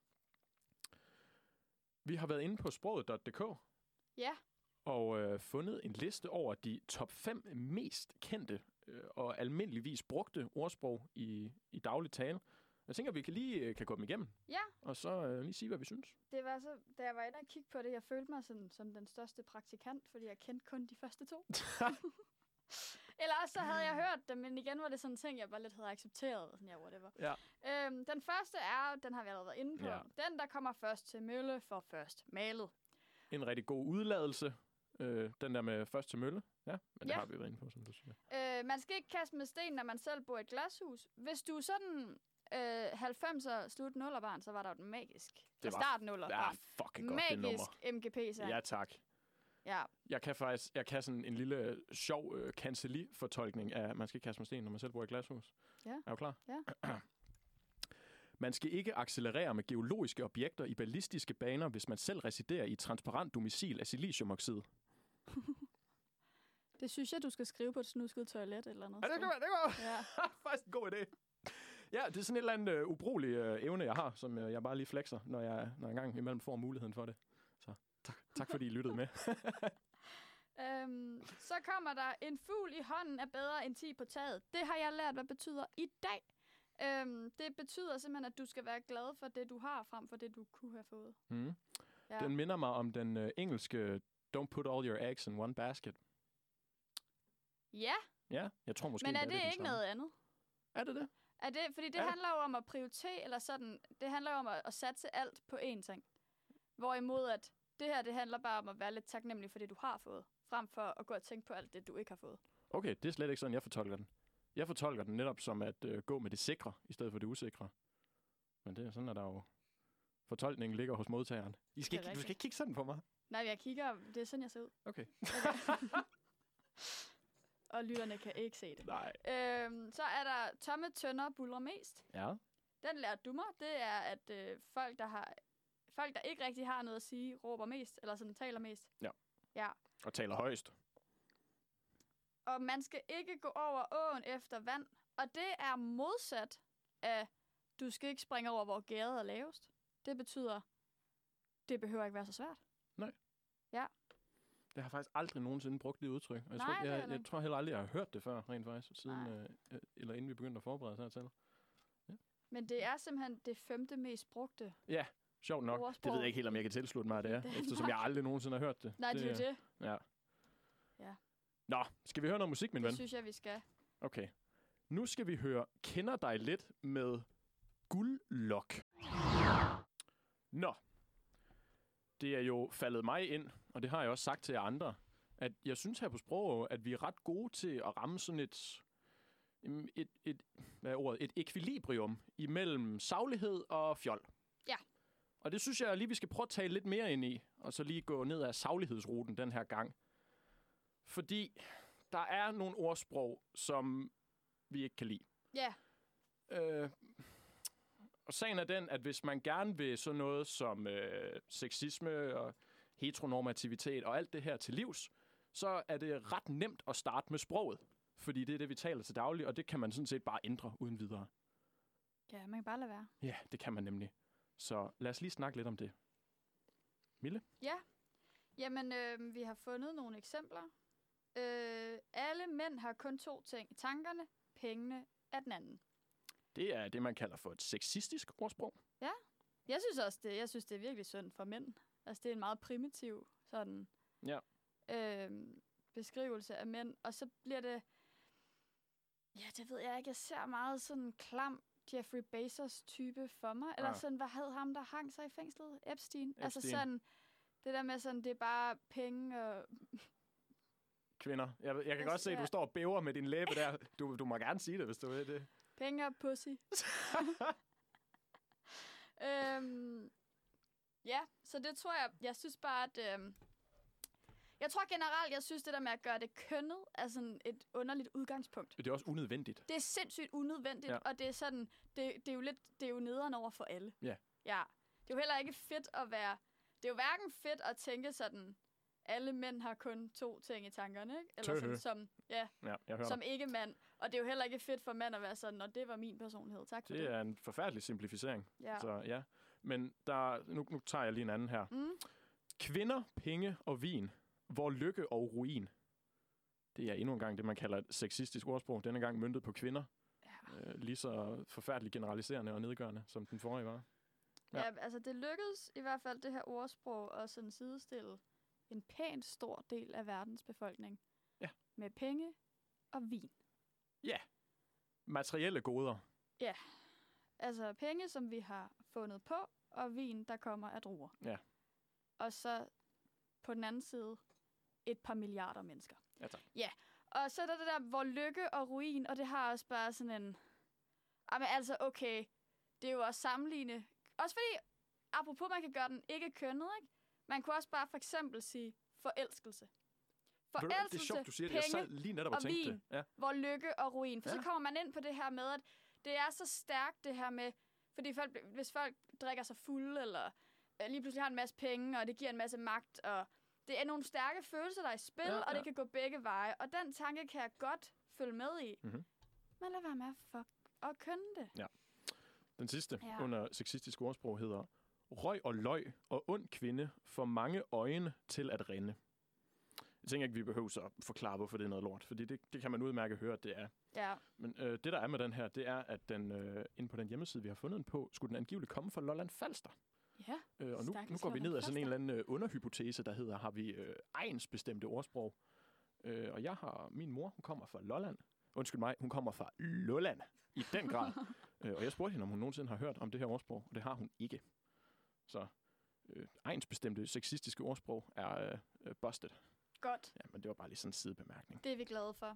Vi har været inde på sproget punktum d k
Ja.
og øh, fundet en liste over de top fem mest kendte øh, og almindeligvis brugte ordsprog i, i daglig tale. Jeg tænker, vi kan lige øh, kan gå dem igennem,
Ja,
og så øh, lige sige, hvad vi synes.
det var så, da jeg var inde og kigge på det, jeg følte mig sådan, som den største praktikant, fordi jeg kendte kun de første to. Eller også så havde jeg hørt dem, men igen var det sådan en ting, jeg bare lidt havde accepteret. Sådan, ja, whatever.
Ja.
Øhm, den første er, den har vi allerede været inde på,
Ja.
den der kommer først til mølle, får først malet.
En rigtig god udladelse. Øh, den der med først til mølle. Ja, men det
Ja.
har vi været inde på, som du siger.
Øh, man skal ikke kaste med sten, når man selv bor i et glashus. Hvis du er sådan øh, halvfemser slut nullerbarn, så var der jo den magisk.
Det
Og
var-
start nullerbarn.
Ja, fucking godt, det nummer.
Magisk M G P-sang.
Ja, tak.
Ja.
Jeg kan faktisk jeg kan sådan en lille øh, sjov øh, kancelli-fortolkning af, at man skal ikke kaste med sten, når man selv bor i et glashus.
Ja.
Er du klar?
Ja.
Man skal ikke accelerere med geologiske objekter i ballistiske baner, hvis man selv residerer i et transparent domicil af siliciumoxid.
Det synes jeg, du skal skrive på et snusket toilet eller noget.
Ja, det kan være, det kan være.
Ja.
Faktisk en god idé. Ja, det er sådan et eller andet øh, ubrugeligt øh, evne, jeg har, som øh, jeg bare lige flexer, når jeg, når jeg engang imellem får muligheden for det. Så tak, tak fordi I lyttede med.
Øhm, så kommer der en fugl i hånden er bedre end ti på taget. Det har jeg lært, hvad betyder i dag. Øhm, det betyder simpelthen, at du skal være glad for det, du har, frem for det, du kunne have fået.
Mm.
Ja.
Den minder mig om den øh, engelske Don't put all your eggs in one basket.
Ja,
Ja, jeg tror måske,
men er
endda,
det
den
ikke
samme.
noget andet?
Er det det?
Er det, fordi det
Ja.
handler jo om at prioritere, eller sådan, det handler jo om at, at satse alt på én ting. Hvorimod at det her, det handler bare om at være lidt taknemmelig for det, du har fået, frem for at gå og tænke på alt det, du ikke har fået.
Okay, det er slet ikke sådan, jeg fortolker den. Jeg fortolker den netop som at øh, gå med det sikre, i stedet for det usikre. Men det er sådan, at der jo... Fortolkningen ligger hos modtageren. I skal
Det er
ikke, du skal
rigtigt.
ikke kigge sådan på mig.
Nej, jeg kigger, det er sådan, jeg ser ud.
Okay.
Og lytterne kan ikke se det.
Nej.
Øhm, så er der tomme tønder buldrer mest.
Ja.
Den lærte du mig. Det er, at øh, folk, der har, folk, der ikke rigtig har noget at sige, råber mest, eller sådan taler mest.
Ja.
Ja.
Og taler højst.
Og man skal ikke gå over åen efter vand. Og det er modsat af, du skal ikke springe over, hvor gæret er lavest. Det betyder, det behøver ikke være så svært.
Det har jeg faktisk aldrig nogensinde brugt det udtryk. Og jeg,
Nej,
tror,
det er
jeg,
heller
jeg
ikke.
tror heller aldrig, jeg har hørt det før, rent faktisk, siden,
Nej.
øh, øh, eller inden vi begyndte at forberede os hertil.
Men det er simpelthen det femte mest brugte.
Ja, sjovt nok.
Ordsprog.
Det ved jeg ikke helt, om jeg kan tilslutte mig, at det er,
Det-
eftersom jeg aldrig nogensinde har hørt det.
Nej, det, det er jo det.
Ja.
Ja.
Nå, skal vi høre noget musik, min
Det
ven?
synes jeg, vi skal.
Okay. Nu skal vi høre Kender dig lidt med Guldlok. Nå. det er jo faldet mig ind, og det har jeg også sagt til jer andre, at jeg synes her på Sprog, at vi er ret gode til at ramme sådan et, et, et, hvad er ordet, et ekvilibrium imellem saglighed og fjol.
Ja.
Og det synes jeg lige, vi skal prøve at tale lidt mere ind i, og så lige gå ned ad saglighedsruten den her gang. Fordi der er nogle ordsprog, som vi ikke kan lide.
Ja.
Øh, og sagen er den, at hvis man gerne vil sådan noget som øh, sexisme og heteronormativitet og alt det her til livs, så er det ret nemt at starte med sproget. Fordi det er det, vi taler til daglig, og det kan man sådan set bare ændre uden videre.
Ja, man kan bare lade være.
Ja, det kan man nemlig. Så lad os lige snakke lidt om det. Mille?
Ja. Jamen, øh, vi har fundet nogle eksempler. Øh, alle mænd har kun to ting i tankerne. Pengene er den anden.
Det er det, man kalder for et sexistisk ordsprog.
Ja. Jeg synes også, det, jeg synes, det er virkelig synd for mænd. Altså, det er en meget primitiv sådan,
Ja.
øh, beskrivelse af mænd. Og så bliver det... Ja, det ved jeg ikke. Jeg ser meget sådan klam Jeffrey Bezos-type for mig. Eller
Ah.
sådan, hvad hed ham, der hang sig i fængslet? Epstein.
Epstein.
Altså sådan... Det der med sådan, det er bare penge og...
Kvinder. Jeg, jeg kan
Jeg
godt se, at du
ser-
står og bæver med din læbe der. Du, du må gerne sige det, hvis du vil det.
Penge og pussy. øhm, ja, så det tror jeg... Jeg synes bare, at... Øhm, jeg tror generelt, jeg synes, det der med at gøre det kønnet, er sådan et underligt udgangspunkt.
Det er også unødvendigt.
Det er sindssygt unødvendigt,
Ja.
ja. Og det er sådan... Det, det er jo lidt... Det er jo nederen over for alle.
Ja.
Ja. Det er jo heller ikke fedt at være... Det er jo hverken fedt at tænke sådan... Alle mænd har kun to ting i tankerne, ikke? Eller
Tøhø.
sådan som... Ja,
Ja, jeg hører
som
dig.
ikke mand. Og det er jo heller ikke fedt for mand at være sådan, og det var min personlighed. Tak for det.
Det er en forfærdelig simplificering.
Ja.
Så ja. Men der, nu, nu tager jeg lige en anden her.
Mm.
Kvinder, penge og vin. Hvor lykke og ruin. Det er endnu en gang det, man kalder et sexistisk ordsprog. Denne gang møntet på kvinder.
Ja.
Øh, lige så forfærdeligt generaliserende og nedgørende, som den forrige var. Ja.
Ja. ja, altså det lykkedes i hvert fald det her ordsprog at sådan sidestille en pænt stor del af verdens befolkning
Ja.
med penge og vin.
Ja. Materielle goder.
Altså penge, som vi har fundet på, og vin, der kommer af druer.
Ja.
Og så på den anden side et par milliarder mennesker.
Ja, tak.
Og så er der det der, hvor lykke og ruin, og det har også bare sådan en... Jamen altså, okay, det er jo også sammenligne... Også fordi, apropos, man kan gøre den ikke kønnet, ikke? Man kunne også bare for eksempel sige forelskelse.
Ved du hvad,
Forelskelse,
det er sjovt, du siger det.
penge,
Jeg sad lige netop og,
og
tænkte
vin.
det. Ja.
hvor lykke og ruin. For
Ja.
så kommer man ind på det her med, at det er så stærkt, det her med... Fordi folk, hvis folk drikker sig fulde, eller øh, lige pludselig har en masse penge, og det giver en masse magt, og det er nogle stærke følelser, der er i spil,
Ja,
ja, og
ja.
det kan gå begge veje. Og den tanke kan jeg godt følge med i.
Mhm.
Men lad være med at fuck og kønne det.
Den sidste ja.
Ja.
under sexistisk ordsprog hedder: Røg og løg og ond kvinde får mange øjne til at rinde. Jeg tænker ikke, vi behøver at forklare, hvorfor det er noget lort, fordi det, det kan man udmærket høre, at det er.
Ja.
Men øh, det, der er med den her, det er, at den øh, inde på den hjemmeside, vi har fundet den på, skulle den angiveligt komme fra Lolland Falster.
Ja.
Øh, og nu, nu
Stakkels
går vi ned ad sådan en
Lolland
eller anden øh, underhypotese, der hedder, har vi øh, egensbestemte ordsprog? Øh, og jeg har, min mor, hun kommer fra Lolland. Undskyld mig, hun kommer fra Lolland. I den grad. øh, og jeg spurgte hende, om hun nogensinde har hørt om det her ordsprog, og det har hun ikke. Så øh, egensbestemte sexistiske ordsprog er øh, øh, busted.
Godt.
Ja, men det var bare lige sådan en sidebemærkning.
Det er vi glade for.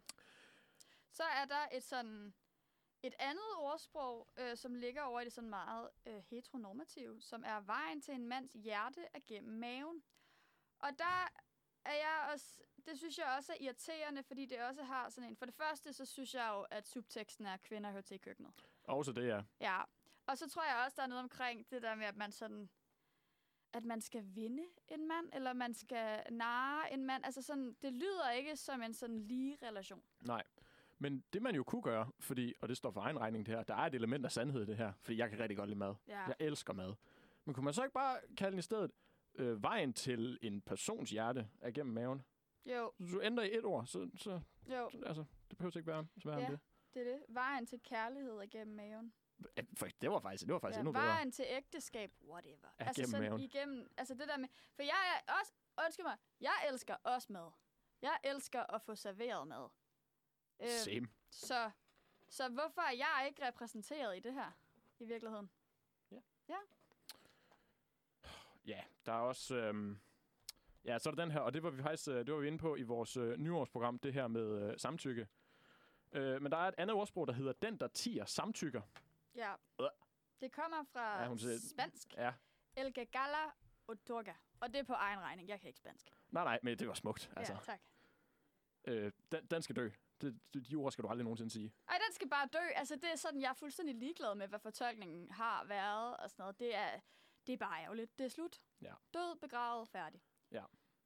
Så er der et sådan et andet ordsprog, øh, som ligger over i det sådan meget øh, heteronormative, som er vejen til en mands hjerte er gennem maven. Og der er jeg også, det synes jeg også er irriterende, fordi det også har sådan en... For det første, så synes jeg jo, at subteksten er, at kvinder hører til i køkkenet.
Også det, ja.
Ja, og så tror jeg også, der er noget omkring det der med, at man sådan... At man skal vinde en mand, eller man skal narre en mand. Altså sådan, det lyder ikke som en sådan lige relation.
Nej. Men det man jo kunne gøre, fordi, og det står for egen regning det her, der er et element af sandhed i det her, fordi jeg kan rigtig godt lide mad.
Ja.
Jeg elsker mad. Men kunne man så ikke bare kalde den i stedet, øh, vejen til en persons hjerte er gennem maven?
Jo,
Hvis du ændrer i et ord, så, så,
jo,
så altså, det behøver ikke være sværere
Ja.
end det.
det er det. Vejen til kærlighed er gennem maven.
Ja, for det var faktisk, det var faktisk
Ja,
endnu bedre.
vejen til ægteskab, whatever.
Er
altså
gennem
sådan
maven.
igennem, altså det der med, for jeg er også, undskyld mig, jeg elsker også mad. Jeg elsker at få serveret mad. Øhm,
Same.
så, så hvorfor er jeg ikke repræsenteret i det her, i virkeligheden?
ja, der er også... Øhm, ja, så er der den her, og det var vi faktisk øh, det var vi inde på i vores øh, nyårsprogram, det her med øh, samtykke. Øh, men der er et andet ordsprog, der hedder, den der tier samtykker.
Ja.
Øh.
Det kommer fra
Ja, hun siger-
spansk.
Ja.
El que gala otorga. Og det er på egen regning. Jeg kan ikke spansk.
Nej, nej, men det var smukt. Altså,
Ja, tak.
øh, den, den skal dø. Det, det, de ord skal du aldrig nogensinde sige.
Ej, den skal bare dø. Altså, det er sådan, jeg er fuldstændig ligeglad med, hvad fortolkningen har været og sådan noget. Det er, det er bare ærgerligt. Det er slut.
Ja.
Død, begravet, færdig.
Ja.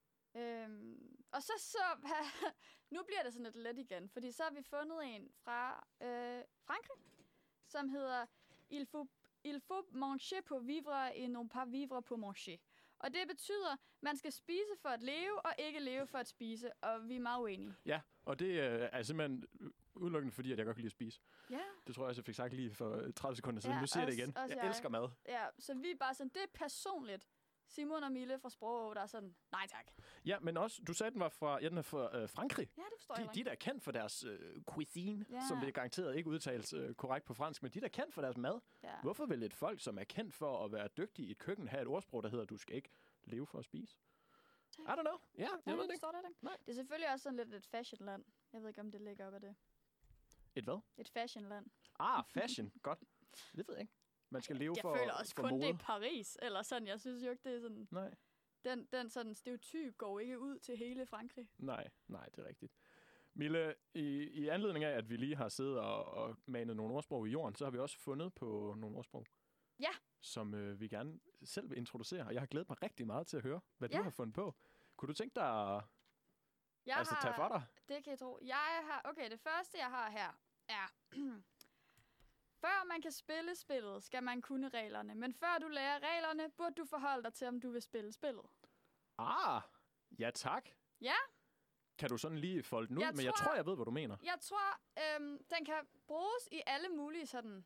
Øhm, og så, så nu bliver det sådan lidt let igen, fordi så har vi fundet en fra øh, Frankrig, som hedder Il faut, il faut manger pour vivre et non pas vivre pour manger. Og det betyder, man skal spise for at leve, og ikke leve for at spise. Og vi er meget uenige.
Ja, og det øh, er simpelthen udelukkende fordi, at jeg godt kan lide at spise.
Ja.
Det tror jeg også, jeg fik sagt lige for tredive sekunder siden.
Ja,
Nu siger jeg det
også-
igen.
også
Jeg
jeg.
elsker mad.
Ja, så vi er bare sådan, det er personligt. Simon og Mille fra Sprog, der er sådan, nej tak.
Ja, men også, du sagde, den var fra, ja, den er fra øh, Frankrig.
Ja, det forstår
De,
jeg
de der er kendt for deres øh, cuisine,
Ja.
som det garanteret ikke udtales øh, korrekt på fransk, men de der er kendt for deres mad.
Ja.
Hvorfor vil et folk, som er kendt for at være dygtig i et køkken, have et ordsprog, der hedder, du skal ikke leve for at spise? I don't know. Ja, jeg
Ja,
ved
jeg
det ikke.
forstår det ikke.
Nej.
Det er selvfølgelig også sådan lidt et fashionland. Jeg ved ikke, om det ligger op af det.
Et hvad?
Et fashionland.
Ah, fashion. Godt. Det ved jeg ikke. Man skal leve
Jeg
for,
føler også
for
kun,
mode.
det er Paris, eller sådan. Jeg synes jo ikke, det er sådan...
Nej.
Den, den sådan stereotyp går ikke ud til hele Frankrig.
Nej, nej, det er rigtigt. Mille, i, i anledning af, at vi lige har siddet og, og manet nogle ordsprog i jorden, så har vi også fundet på nogle ordsprog.
Ja.
Som øh, vi gerne selv vil introducere. Og jeg har glædet mig rigtig meget til at høre, hvad
Ja.
du har fundet på. Kunne du tænke dig at
Jeg
altså, tage for dig?
Det kan jeg tro. Jeg har... Okay, det første, jeg har her, er... Før man kan spille spillet, skal man kunne reglerne. Men før du lærer reglerne, burde du forholde dig til, om du vil spille spillet.
Ah, ja tak.
Ja.
Kan du sådan lige folde den ud?
Jeg
Men jeg
tror-
tror, jeg ved, hvad du mener.
Jeg tror, øhm, den kan bruges i alle mulige sådan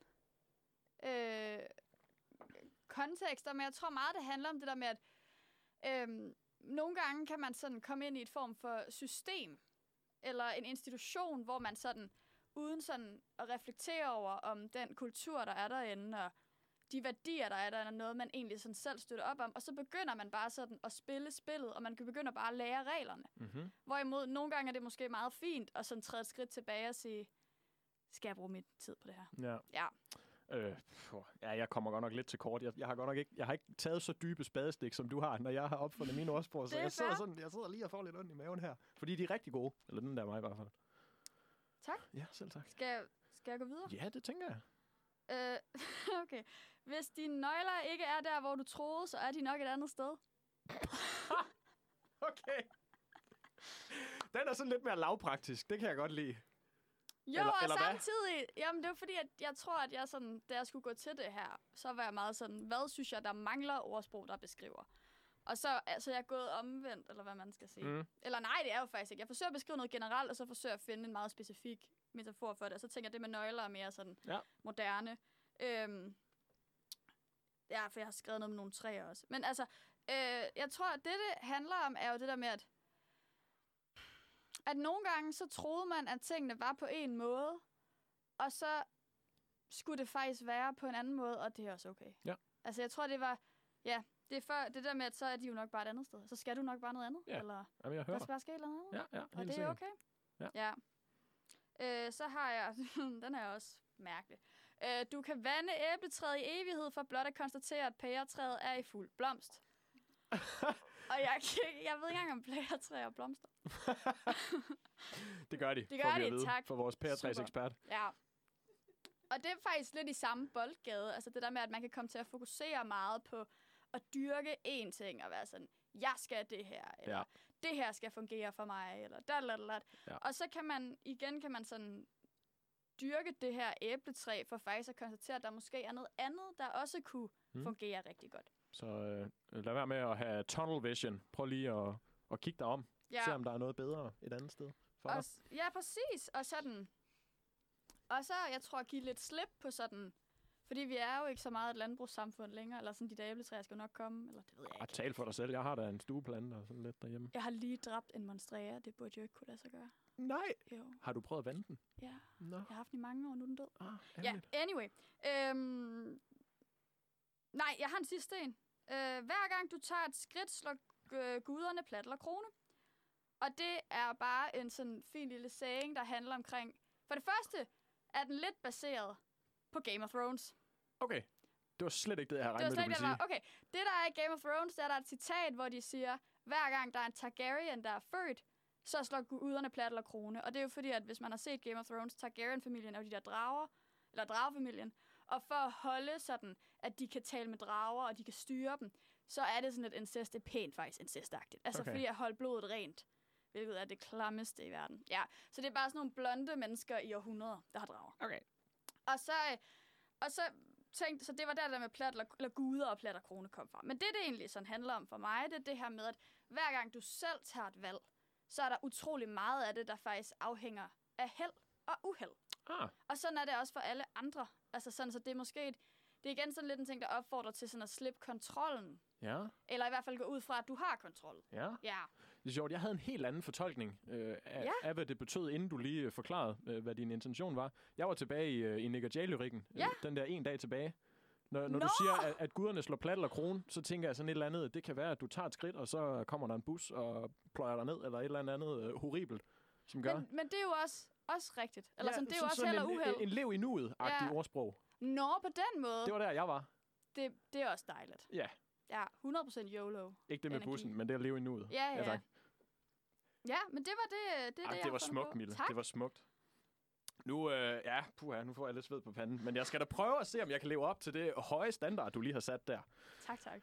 øh, kontekster, men jeg tror meget, det handler om det der med, at øhm, nogle gange kan man sådan komme ind i et form for system, eller en institution, hvor man sådan, uden sådan at reflektere over, om den kultur, der er derinde, og de værdier, der er der, er noget, man egentlig sådan selv støtter op om, og så begynder man bare sådan at spille spillet, og man kan begynde bare at lære reglerne.
Mm-hmm.
Hvorimod, nogle gange er det måske meget fint at sådan træde et skridt tilbage og sige, skal jeg bruge min tid på det her?
Ja.
Ja.
Øh, pff, ja, jeg kommer godt nok lidt til kort. Jeg, jeg har godt nok ikke, jeg har ikke taget så dybe spadestik, som du har, når jeg har opfundet mine ordsprog. Så
Det er
jeg sidder,
fair.
sådan, jeg sidder lige og får lidt ondt i maven her. Fordi de er rigtig gode. Eller den der mig i hvert fald.
Tak.
Ja, selv tak.
Skal jeg, skal jeg gå videre?
Ja, det tænker jeg.
Øh, okay. Hvis dine nøgler ikke er der, hvor du troede, så er de nok et andet sted.
Okay. Den er sådan lidt mere lavpraktisk. Det kan jeg godt lide.
Jo,
Eller-
og
eller hvad?
samtidig, jamen det var fordi, at jeg tror, at jeg sådan, da jeg skulle gå til det her, så var jeg meget sådan, hvad synes jeg, der mangler ordsprog, der beskriver? Og så altså, jeg er gået omvendt, eller hvad man skal sige.
Mm.
Eller nej, det er jo faktisk ikke. Jeg forsøger at beskrive noget generelt, og så forsøger jeg at finde en meget specifik metafor for det. Og så tænker jeg, det med nøgler er mere sådan
Ja.
moderne. Øhm, ja, for jeg har skrevet noget med nogle træer også. Men altså, øh, jeg tror, at det, det handler om, er jo det der med, at at nogle gange, så troede man, at tingene var på en måde, og så skulle det faktisk være på en anden måde, og det er også okay.
Ja.
Altså, jeg tror, det var, ja, det er før, det der med, at så er de jo nok bare et andet sted. Så skal du nok bare noget andet,
Ja,
eller
Jamen, jeg hører
der
dig.
skal bare ske noget andet.
Ja, ja,
Og
helt
det er
sikkert.
okay.
Ja.
ja. Øh, så har jeg, den er også mærkelig. Øh, du kan vande æbletræet i evighed, for blot at konstatere, at pæretræet er i fuld blomst. Og jeg, kan- jeg ved ikke engang, om pæretræer blomster.
Det gør de,
Det
får
gør
vi at
de,
vide
tak.
for vores pæretræsekspert.
Ja. Og det er faktisk lidt i samme boldgade. Altså det der med, at man kan komme til at fokusere meget på at dyrke én ting og være sådan, jeg skal det her, eller
Ja.
det her skal fungere for mig, eller da, da, da, da.
Ja.
Og så kan man, igen kan man sådan dyrke det her æbletræ, for faktisk at konstatere, at der måske er noget andet, der også kunne
Mm.
mm. fungere rigtig godt.
Så øh, lad være med at have tunnel vision. Prøv lige at, at kigge dig om.
Ja.
Se om der er noget bedre et andet sted for dig.
Og, s- ja, præcis. Og sådan... Og så, jeg tror, at give lidt slip på sådan... Fordi vi er jo ikke så meget et landbrugssamfund længere, eller sådan, de der æbletræer skal jo nok komme, eller det ved jeg
Ah,
ikke.
tal for dig selv. Jeg har da en stueplante og sådan lidt derhjemme.
Jeg har lige dræbt en monstrea, det burde jo ikke kunne lade sig gøre.
Nej.
Jo,
Har du prøvet at vande den?
ja.
Nå.
Jeg har haft den i mange år, nu er den død.
Ah,
Ja,
ærgerligt.
anyway. Øhm, nej, jeg har en sidste en. Øh, hver gang du tager et skridt, slår øh, guderne plat eller krone. Og det er bare en sådan fin lille saying, der handler omkring... For det første er den lidt baseret på Game of Thrones.
Okay. Det var slet ikke det, jeg havde
Det var
regnet med,
slet
du
ikke,
ville
det
sige.
var. Okay, det der er i Game of Thrones, der er der et citat, hvor de siger, hver gang der er en Targaryen, der er født, så slår guderne plat eller krone. Og det er jo fordi, at hvis man har set Game of Thrones, Targaryen-familien er jo de der drager, eller dragefamilien. Og for at holde sådan, at de kan tale med drager, og de kan styre dem, så er det sådan et incest, det er pænt faktisk incestagtigt. Altså
Okay.
fordi at holde blodet rent, hvilket er det klammeste i verden. Ja, så det er bare sådan nogle blonde mennesker i århundreder, der har drager.
Okay.
Og så, øh, og så tænkte, så det var der, der med plat eller, eller guder og plat og krone kom fra. Men det, det egentlig sådan handler om for mig, det er det her med, at hver gang du selv tager et valg, så er der utrolig meget af det, der faktisk afhænger af held og uheld.
Ah,
Og sådan er det også for alle andre. Altså sådan, så det er måske et, det er igen sådan lidt en ting, der opfordrer til sådan at slippe kontrollen.
ja,
Eller i hvert fald gå ud fra, at du har kontrol.
ja.
Ja.
Det er sjovt. Jeg havde en helt anden fortolkning øh, af,
Ja.
af, hvad det betød, inden du lige øh, forklarede, øh, hvad din intention var. Jeg var tilbage i, øh, i Nick og Jay-lyrikken,
Ja.
øh, den der en dag tilbage. Når, når
Nå!
du siger, at, at guderne slår plat eller krone, så tænker jeg sådan et eller andet. Det kan være, at du tager et skridt, og så kommer der en bus og pløjer dig ned, eller et eller andet øh, horribelt, som gør.
Men, men det er jo også, også rigtigt. Eller
Ja,
sådan, det er
så-
jo også
sådan
held og
en,
uheld.
en, en lev i nuet-agtig
Ja.
ordsprog.
Nå, på den måde.
Det var der, jeg var.
Det, det er også dejligt.
Ja,
Ja, hundrede procent YOLO.
ikke det med
Energi.
bussen, men det at leve i nuet.
Ja, ja.
Ja, tak.
Ja, men det var det, det, er det,
Ej,
jeg
det var
har fundet
smukt,
på.
Mille.
Tak.
Det var smukt. Nu, øh, ja, puha, nu får jeg lidt sved på panden. Men jeg skal da prøve at se, om jeg kan leve op til det høje standard, du lige har sat der.
Tak, tak.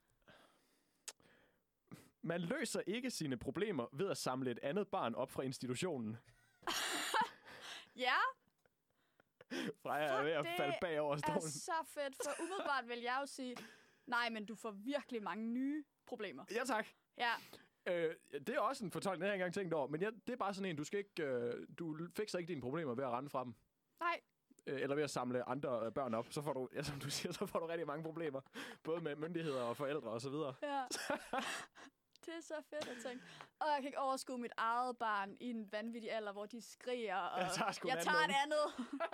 Man løser ikke sine problemer ved at samle et andet barn op fra institutionen.
Ja,
Fra jeg er ved at
det
falde bagover
er
stolen.
så fedt, for umiddelbart vil jeg jo sige, nej, men du får virkelig mange nye problemer.
Ja, tak.
Ja,
Øh, det er også en fortolkning, jeg har ikke engang tænkt over. Men ja, det er bare sådan en, du skal ikke, øh, du fikser ikke dine problemer ved at rende fra dem.
nej,
Øh, eller ved at samle andre øh, børn op. Så får du, ja, som du siger, så får du rigtig mange problemer. Både med myndigheder og forældre og så videre.
ja. Det er så fedt at tænke. Og jeg kan ikke overskue mit eget barn i en vanvittig alder, hvor de skriger, og
Jeg tager sgu en
jeg
anden
tager et
unge.
andet.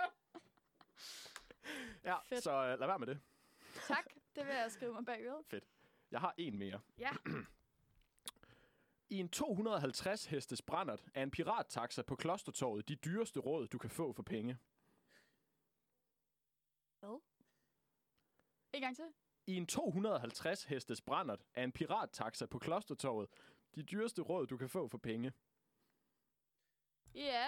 Ja,
Fedt.
så øh, lad være med det.
Tak, det vil jeg skrive mig bag øret.
Jeg har en mere.
Ja.
I en to hundrede og halvtreds hestes brændert er en pirattaxa på Klostertorvet de dyreste råd, du kan få for penge.
En gang til.
I en to hundrede og halvtreds hestes brændert er en pirattaxa på Klostertorvet de dyreste råd, du kan få for penge.
Ja.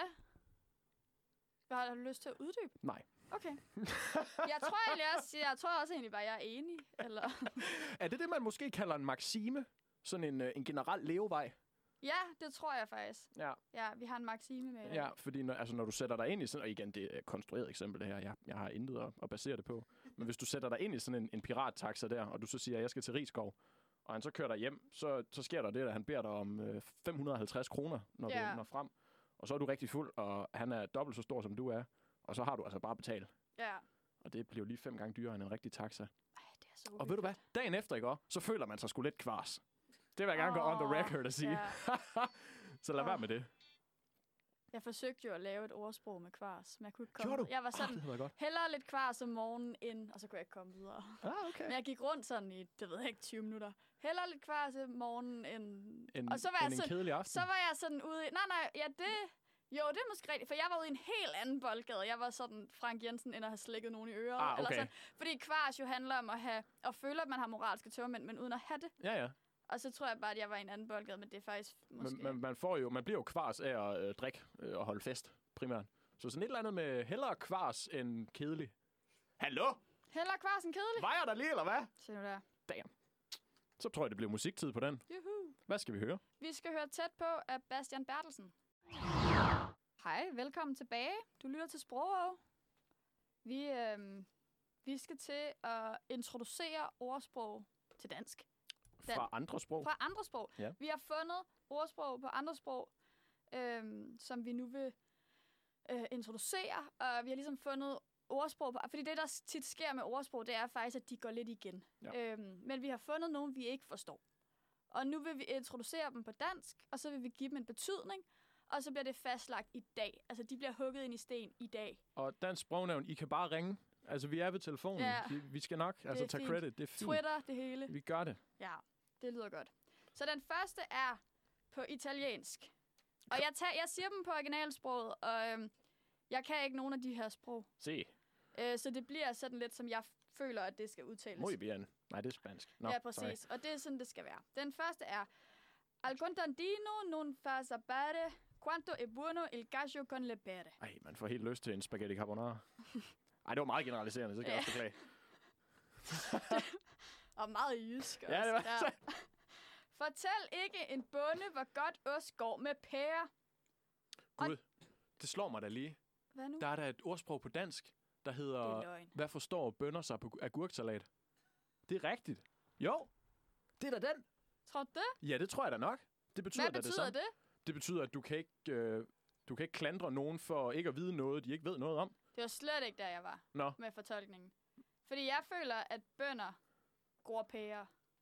Hvad har du lyst til at uddybe?
Nej.
Okay. Jeg tror egentlig også, jeg tror også egentlig bare, jeg er enig. Eller...
Er det det, man måske kalder en maxime? Sådan en, øh, en generel levevej?
Ja, det tror jeg faktisk.
Ja.
Ja, vi har en maxime med.
Ja, fordi når, altså, når du sætter dig ind i sådan, og igen, det er et konstrueret eksempel det her, jeg, jeg har intet at, at basere det på, men hvis du sætter dig ind i sådan en, en pirattaxa der, og du så siger, at jeg skal til Rigskov, og han så kører dig hjem, så, så sker der det, at han beder dig om øh, fem hundrede og halvtreds kroner, når
Ja.
du når frem, og så er du rigtig fuld, og han er dobbelt så stor, som du er, og så har du altså bare betalt.
Ja.
Og det bliver lige fem gange dyrere end en rigtig taxa.
Ej, det er så
Og ved du hvad? Dagen efter, ikke også, så føler man sig sgu lidt kvars. Det vil jeg gerne gå on the record og sige.
Ja.
Så lad
Åh.
være med det.
Jeg forsøgte jo at lave et ordsprog med kvars, men jeg kunne ikke komme.
Gjorde du?
Jeg var
Ah,
sådan,
det havde været godt.
hellere lidt kvars om morgenen ind, og så kunne jeg ikke komme videre.
Ah, okay.
Men jeg gik rundt sådan i, det ved jeg ikke, tyve minutter. Hellere lidt kvars om morgenen end...
En,
og så var,
en,
jeg
en
sådan,
kedelig aften.
så var jeg sådan ude i... Nej, nej, ja, det... Jo, det er måske rigtigt, for jeg var ude i en helt anden boldgade. Jeg var sådan Frank Jensen, end at have slikket nogen i øret.
Ah,
eller
okay.
sådan. Fordi kvars jo handler om at have... at føle, at man har moralske tørmænd, men uden at have det.
Ja, ja.
Og så tror jeg bare, at jeg var i en anden boldgade, men det er faktisk måske...
Men, man, man, får jo, man bliver jo kvars af at øh, drikke øh, og holde fest, primært. Så sådan et eller andet med hellere kvars end kedelig. Hallo?
Hellere kvars end kedelig.
Vejer der lige, eller hvad?
Se nu der.
Så tror jeg, det bliver musiktid på den.
Juhu.
Hvad skal vi høre?
Vi skal høre tæt på af Bastian Bertelsen. Hej, velkommen tilbage. Du lytter til Sprogø. Vi, øh, vi skal til at introducere ordsprog til dansk. Dan-
Fra andre sprog?
Fra andre sprog.
Ja.
Vi har fundet ordsprog på andre sprog, øh, som vi nu vil øh, introducere. Og vi har ligesom fundet ordsprog på... Fordi det, der tit sker med ordsprog, det er faktisk, at de går lidt igen.
Ja.
Øhm, men vi har fundet nogle, vi ikke forstår. Og nu vil vi introducere dem på dansk, og så vil vi give dem en betydning, og så bliver det fastlagt i dag. Altså, de bliver hugget ind i sten i dag.
Og Dansk Sprognævn, I kan bare ringe Altså, vi er ved telefonen.
Ja.
Vi, vi skal nok altså,
er
tage
fint.
credit. Det er fint.
Twitter, det hele.
Vi gør det.
Ja, det lyder godt. Så den første er på italiensk. Og jeg, tager, jeg siger dem på originalsproget, og øhm, jeg kan ikke nogen af de her sprog.
Se.
Øh, så det bliver sådan lidt, som jeg føler, at det skal udtales.
Muy bien. Nej, det er spansk. Nå,
ja, præcis.
sorry.
Og det er sådan, det skal være. Den første er Al contadino non fa sapere quanto è buono il cacio con le pere.
Ej, man får helt lyst til en spaghetti carbonara. Ej, det var meget generaliserende, så kan jeg også beklage.
Og meget jysk også.
Ja, det var
ja. Fortæl ikke en bonde, hvor godt ost går med pære.
Gud, det slår mig da lige.
Hvad nu?
Der er der et ordsprog på dansk, der
Det
hedder,
er løgn.
hvad forstår bønder sig på agurksalat? Det er rigtigt. Jo, det er da den.
Tror du det?
Ja, det tror jeg da nok. Det betyder
Hvad
da
betyder
det
det?
samme. Det betyder, at du kan ikke, øh, du kan ikke klandre nogen for ikke at vide noget, de ikke ved noget om.
Det var slet ikke der, jeg var
Nå.
med fortolkningen. Fordi jeg føler, at bønder gror pærer.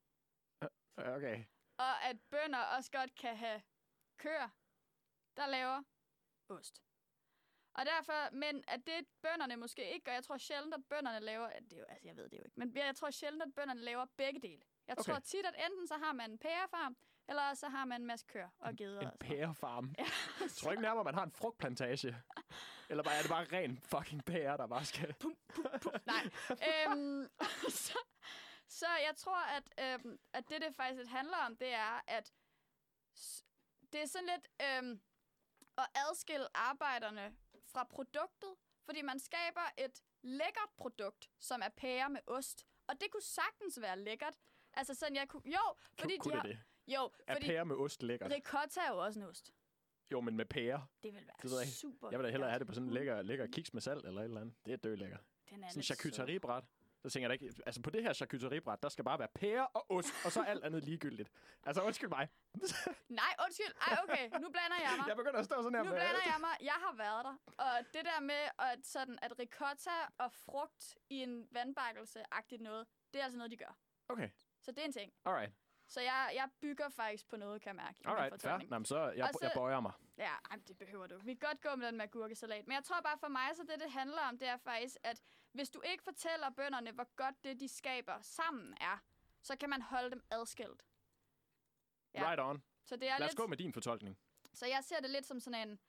Okay.
Og at bønder også godt kan have køer, der laver ost. Og derfor, men at det bønderne måske ikke gør, jeg tror sjældent, at bønderne laver, det er jo, altså jeg ved det jo ikke, men jeg tror sjældent, at bønderne laver begge dele. Jeg
Okay.
tror tit, at enten så har man en pærefarm, eller så har man en masse køer og geder.
En
og sådan noget.
pærefarm.
Ja.
Jeg tror ikke nærmere, man har en frugtplantage. Eller bare, er det bare ren fucking pære, der bare skal...
Nej. øhm, så, så jeg tror, at, øhm, at det, det faktisk lidt handler om, det er, at s- det er sådan lidt øhm, at adskille arbejderne fra produktet, fordi man skaber et lækkert produkt, som er pære med ost. Og det kunne sagtens være lækkert. Altså sådan, jeg kunne... Jo, fordi
Kunne
de
det
har...
det?
Jo,
Er
fordi
pære med ost lækkert?
ricotta er jo også en ost.
Jo, men med pære.
Det vil være
Det ved jeg ikke.
super
Jeg vil da hellere
lækkert.
have det på sådan en lækker, lækker kiks med salt eller et eller andet. Det er død lækkert.
Den er
Sådan en
lidt sød.
charcuteriebræt. Så tænker jeg da ikke... Altså på det her charcuteriebræt, der skal bare være pære og ost, og så alt andet ligegyldigt. Altså undskyld mig.
Nej, undskyld. Ej, okay. Nu blander jeg mig.
Jeg begynder at stå sådan her
Nu
med...
blander jeg mig. Jeg har været der. Og det der med, at, sådan, at ricotta og frugt i en vandbakkelse-agtigt noget, det er altså noget, de gør.
Okay,
Så det er en ting.
alright.
Så jeg, jeg bygger faktisk på noget, kan jeg mærke. i min
Alright, fair.
fortolkning.
Nå, men så jeg,
Og så-
jeg bøjer mig.
Ja, ej, det behøver du. Vi kan godt gå med den med agurkesalat. Men jeg tror bare for mig, så det, det handler om, det er faktisk, at hvis du ikke fortæller bønderne, hvor godt det, de skaber sammen er, så kan man holde dem adskilt. Ja.
Right on.
Så det er
Lad os
lidt...
gå med din fortolkning.
Så jeg ser det lidt som sådan en...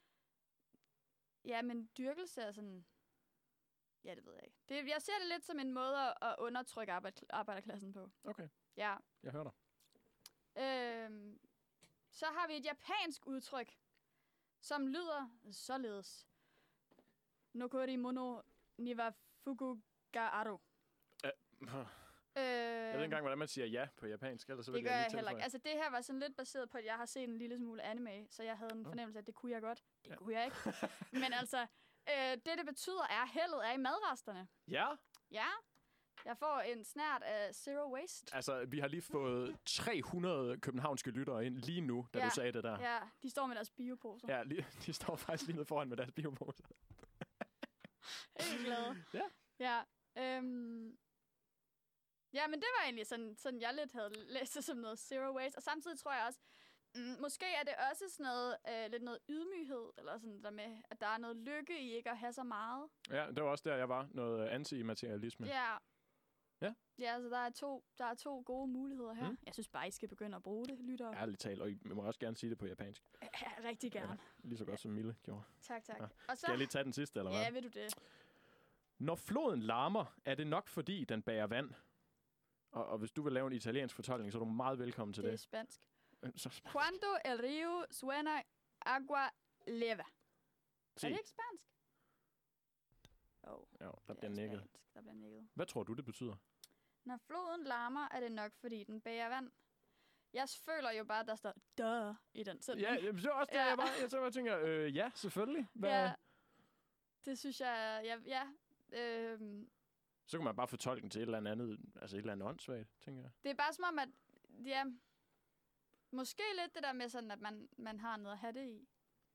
Ja, men dyrkelse er sådan... Ja, det ved jeg ikke. Det, jeg ser det lidt som en måde at, at undertrykke arbejd, arbejderklassen på.
Okay,
Ja.
jeg hører dig.
Øhm, så har vi et japansk udtryk, som lyder således. Nokori mono niwa fuku ga aru.
Øh,
Øh,
Jeg ved ikke engang, hvordan man siger ja på japansk, ellers så vil
det gør
jeg
jeg
lige
heller ikke.
tilføje.
Altså, det her var sådan lidt baseret på, at jeg har set en lille smule anime, så jeg havde en
Nå.
fornemmelse af, at det kunne jeg godt. Det
Ja.
kunne jeg ikke. Men altså, øh, det det betyder er, at heldet er i madresterne.
Ja,
Ja, jeg får en snert af zero waste.
altså vi har lige fået tre hundrede københavnske lyttere ind lige nu, da
Ja.
du sagde det der.
Ja, de står med deres bioposer.
Ja, lige, de står faktisk lige nede foran med deres bioposer.
Helt glade.
Ja.
Ja, øhm, ja, men det var egentlig sådan, sådan, jeg lidt havde læst det som noget zero waste. Og samtidig tror jeg også, mm, måske er det også sådan noget, øh, lidt noget ydmyghed, eller sådan der med, at der er noget lykke i ikke at have så meget.
Ja, det var også der, jeg var. Noget antimaterialisme.
Ja.
Ja.
Ja, altså der er to, der er to gode muligheder her.
Mm.
Mm. Jeg synes bare, I skal begynde at bruge det, lytter. Ja.
Ærligt talt, og I må også gerne sige det på japansk.
Ja, rigtig gerne.
Ja, lige så godt som Mille gjorde.
Tak, tak.
Ja.
Og så,
Skal jeg lige tage den sidste, eller hvad?
ja, ved du det?
Når floden larmer, er det nok fordi, den bærer vand. Og, og hvis du vil lave en italiensk fortolkning, så er du meget velkommen til
Det er
det.
spansk.
det. Så,
Cuando el río suena agua leva.
Se.
Er det ikke spansk? Oh,
jo, der
det
bliver
er
nikket.
spansk. Der bliver nikket.
Hvad tror du, det betyder?
Når floden larmer, er det nok, fordi den bærer vand. Jeg føler jo bare, at der står duh i den sætning.
Ja, jamen, det er også det,
Ja.
jeg bare, jeg så bare tænker, øh, ja, selvfølgelig. Hvad?
Ja, det synes jeg, ja, ja øhm,
Så kan man bare fortolke den til et eller andet, altså et eller andet åndssvagt, tænker jeg.
det er bare som om, at, ja, måske lidt det der med sådan, at man, man har noget at have det i.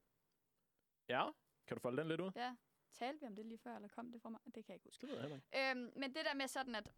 Ja, kan du folde den lidt ud?
Ja, talte vi om det lige før, eller kom det fra mig? Det kan jeg ikke huske.
Det ved jeg heller ikke.
Øhm, men det der med sådan, at,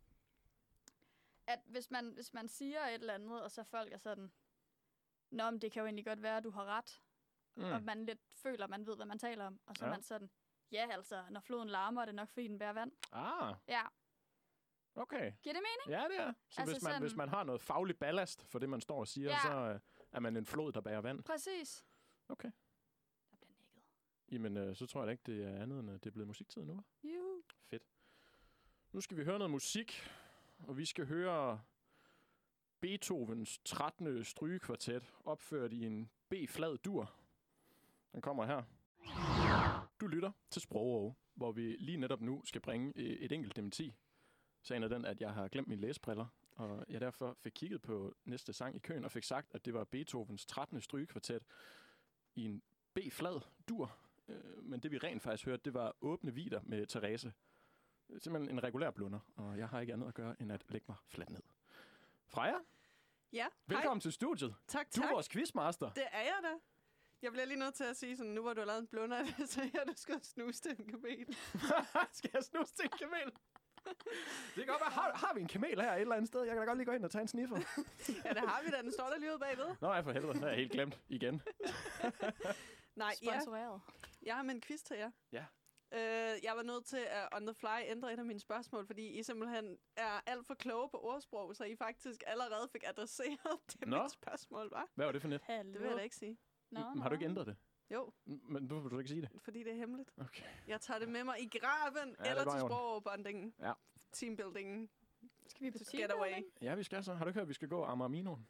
at hvis, man, hvis man siger et eller andet, og så folk er sådan, nå, men det kan jo egentlig godt være, at du har ret. Mm. Og man lidt føler, at man ved, hvad man taler om. Og så ja. er man sådan, Ja, altså, når floden larmer, er det nok, fordi den bærer vand.
Ah,
Ja.
okay.
Giver det mening?
Ja, det er. Så
Altså
hvis, man,
sådan-
hvis man har noget faglig ballast for det, man står og siger,
Ja.
så øh, er man en flod, der bærer vand.
Præcis.
Okay.
Der bliver nikket.
Jamen, øh, så tror jeg da ikke, det er andet end, at det er blevet musiktid nu.
Juhu.
Fedt. Nu skal vi høre noget musik, og vi skal høre Beethovens trettende strygekvartet, opført i en B-flad dur. Den kommer her. Du lytter til Sprogov, hvor vi lige netop nu skal bringe øh, et enkelt dementi. Sagen er den, at jeg har glemt mine læsebriller, og jeg derfor fik kigget på næste sang i køen og fik sagt, at det var Beethovens trettende strygekvartet i en B-flad dur. Øh, men det vi rent faktisk hørte, det var Åbne Vider med Therese. Simpelthen en regulær blunder, og jeg har ikke andet at gøre, end at lægge mig fladt ned. Freja,
Ja,
velkommen til studiet.
Tak,
Du
tak.
er vores quizmaster.
Det er jeg da. Jeg bliver lige nødt til at sige sådan, nu hvor du har lavet en blunder, så jeg, du skal snuse til en kamel.
Skal jeg snuse til en kamel? Det kan godt være, har, har vi en kamel her et eller andet sted? Jeg kan da godt lige gå ind og tage en sniffer.
Ja, det har vi da. Den står der lige ude bagved.
Nå, ja, for helvede. Det har jeg helt glemt igen.
Nej, ja,
Sponsoreret.
jeg har med en quiz til jer.
Ja.
Øh, jeg var nødt til at on the fly ændre et af mine spørgsmål, fordi I simpelthen er alt for kloge på ordsprog, så I faktisk allerede fik adresseret det,
Nå.
mit spørgsmål var.
Hvad var det for net?
Hallo.
Det vil jeg da ikke sige.
Nå,
M- har du ikke ændret det?
Jo,
M- Men hvorfor vil du ikke sige det?
fordi det er hemmeligt.
Okay.
Jeg tager det med mig i graven,
Ja, det
eller
var
til
i orden.
sprogbondingen.
Ja.
Teambuildingen.
Skal vi på
Getaway.
Ja, vi skal så. Har du ikke hørt, at vi skal gå Amarminoen?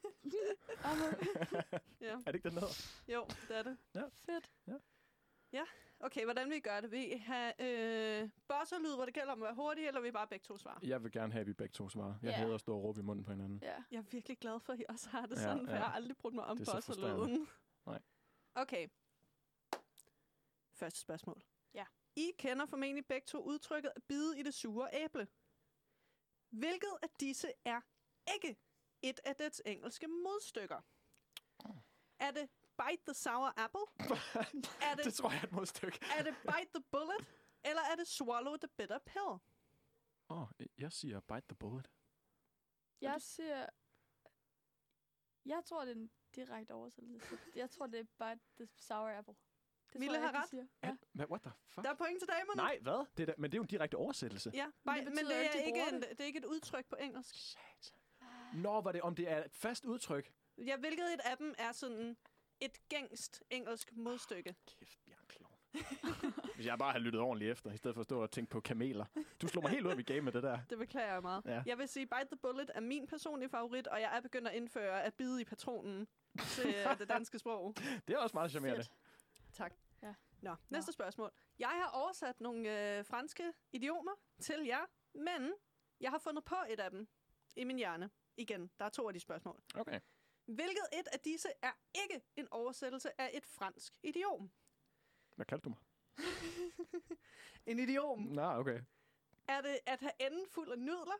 Ja.
Er det ikke den, der hedder?
Jo, det er det.
Fedt.
Okay, hvordan vi gør det? Vil I have øh, buzzer-lyd, hvor det gælder om at være hurtig, eller vil I bare begge to svare?
Jeg vil gerne have, at vi begge to svarer. Jeg
Ja.
hader at stå og råbe i munden på hinanden.
Ja.
Jeg er virkelig glad for, at I også har det
Ja,
sådan, for
ja.
jeg har aldrig brugt mig om
Det er så
buzzer-lyden.
Nej.
Okay. Første spørgsmål.
Ja.
I kender formentlig begge to udtrykket at bide i det sure æble. Hvilket af disse er ikke et af dets engelske modstykker? Er det bite the sour apple? er,
Det
det,
tror jeg er et modstykke.
er det bite the bullet? Eller er det swallow the bitter pill?
Åh, oh, jeg siger bite the bullet.
Jeg siger... Jeg tror, det er en direkte oversættelse. Jeg tror, det er bite the sour apple. Det
Mille
tror jeg,
har
de
ret.
Siger.
Ja.
Ja.
Hvad, what the fuck?
Der er point til damerne.
Nej, hvad? Det er da, men det er jo en direkte oversættelse.
Ja,
Men
men
det
det, men
betyder
det,
ikke,
er
de
ikke
bruger
en,
det.
det er ikke et udtryk på engelsk.
Nå, var det, om det er et fast udtryk?
Ja, hvilket et af dem er sådan et gængst engelsk modstykke.
Kæft, Bjørn Klovn. Hvis jeg bare havde lyttet ordentligt efter, i stedet for at stå og tænke på kameler. Du slog mig helt ud af mit game med det der.
Det beklager jeg meget.
Ja.
Jeg vil sige, Bite the Bullet er min personlige favorit, og jeg er begyndt at indføre at bide i patronen til øh, det danske sprog.
Det er også meget charmerende.
Fedt.
Tak.
Ja.
Nå, næste spørgsmål. Jeg har oversat nogle øh, franske idiomer til jer, men jeg har fundet på et af dem i min hjerne. Igen, der er to af de spørgsmål.
Okay.
Hvilket et af disse er ikke en oversættelse af et fransk idiom?
Hvad kaldte du mig?
En idiom.
Nå, okay.
Er det at have enden fuld af nudler?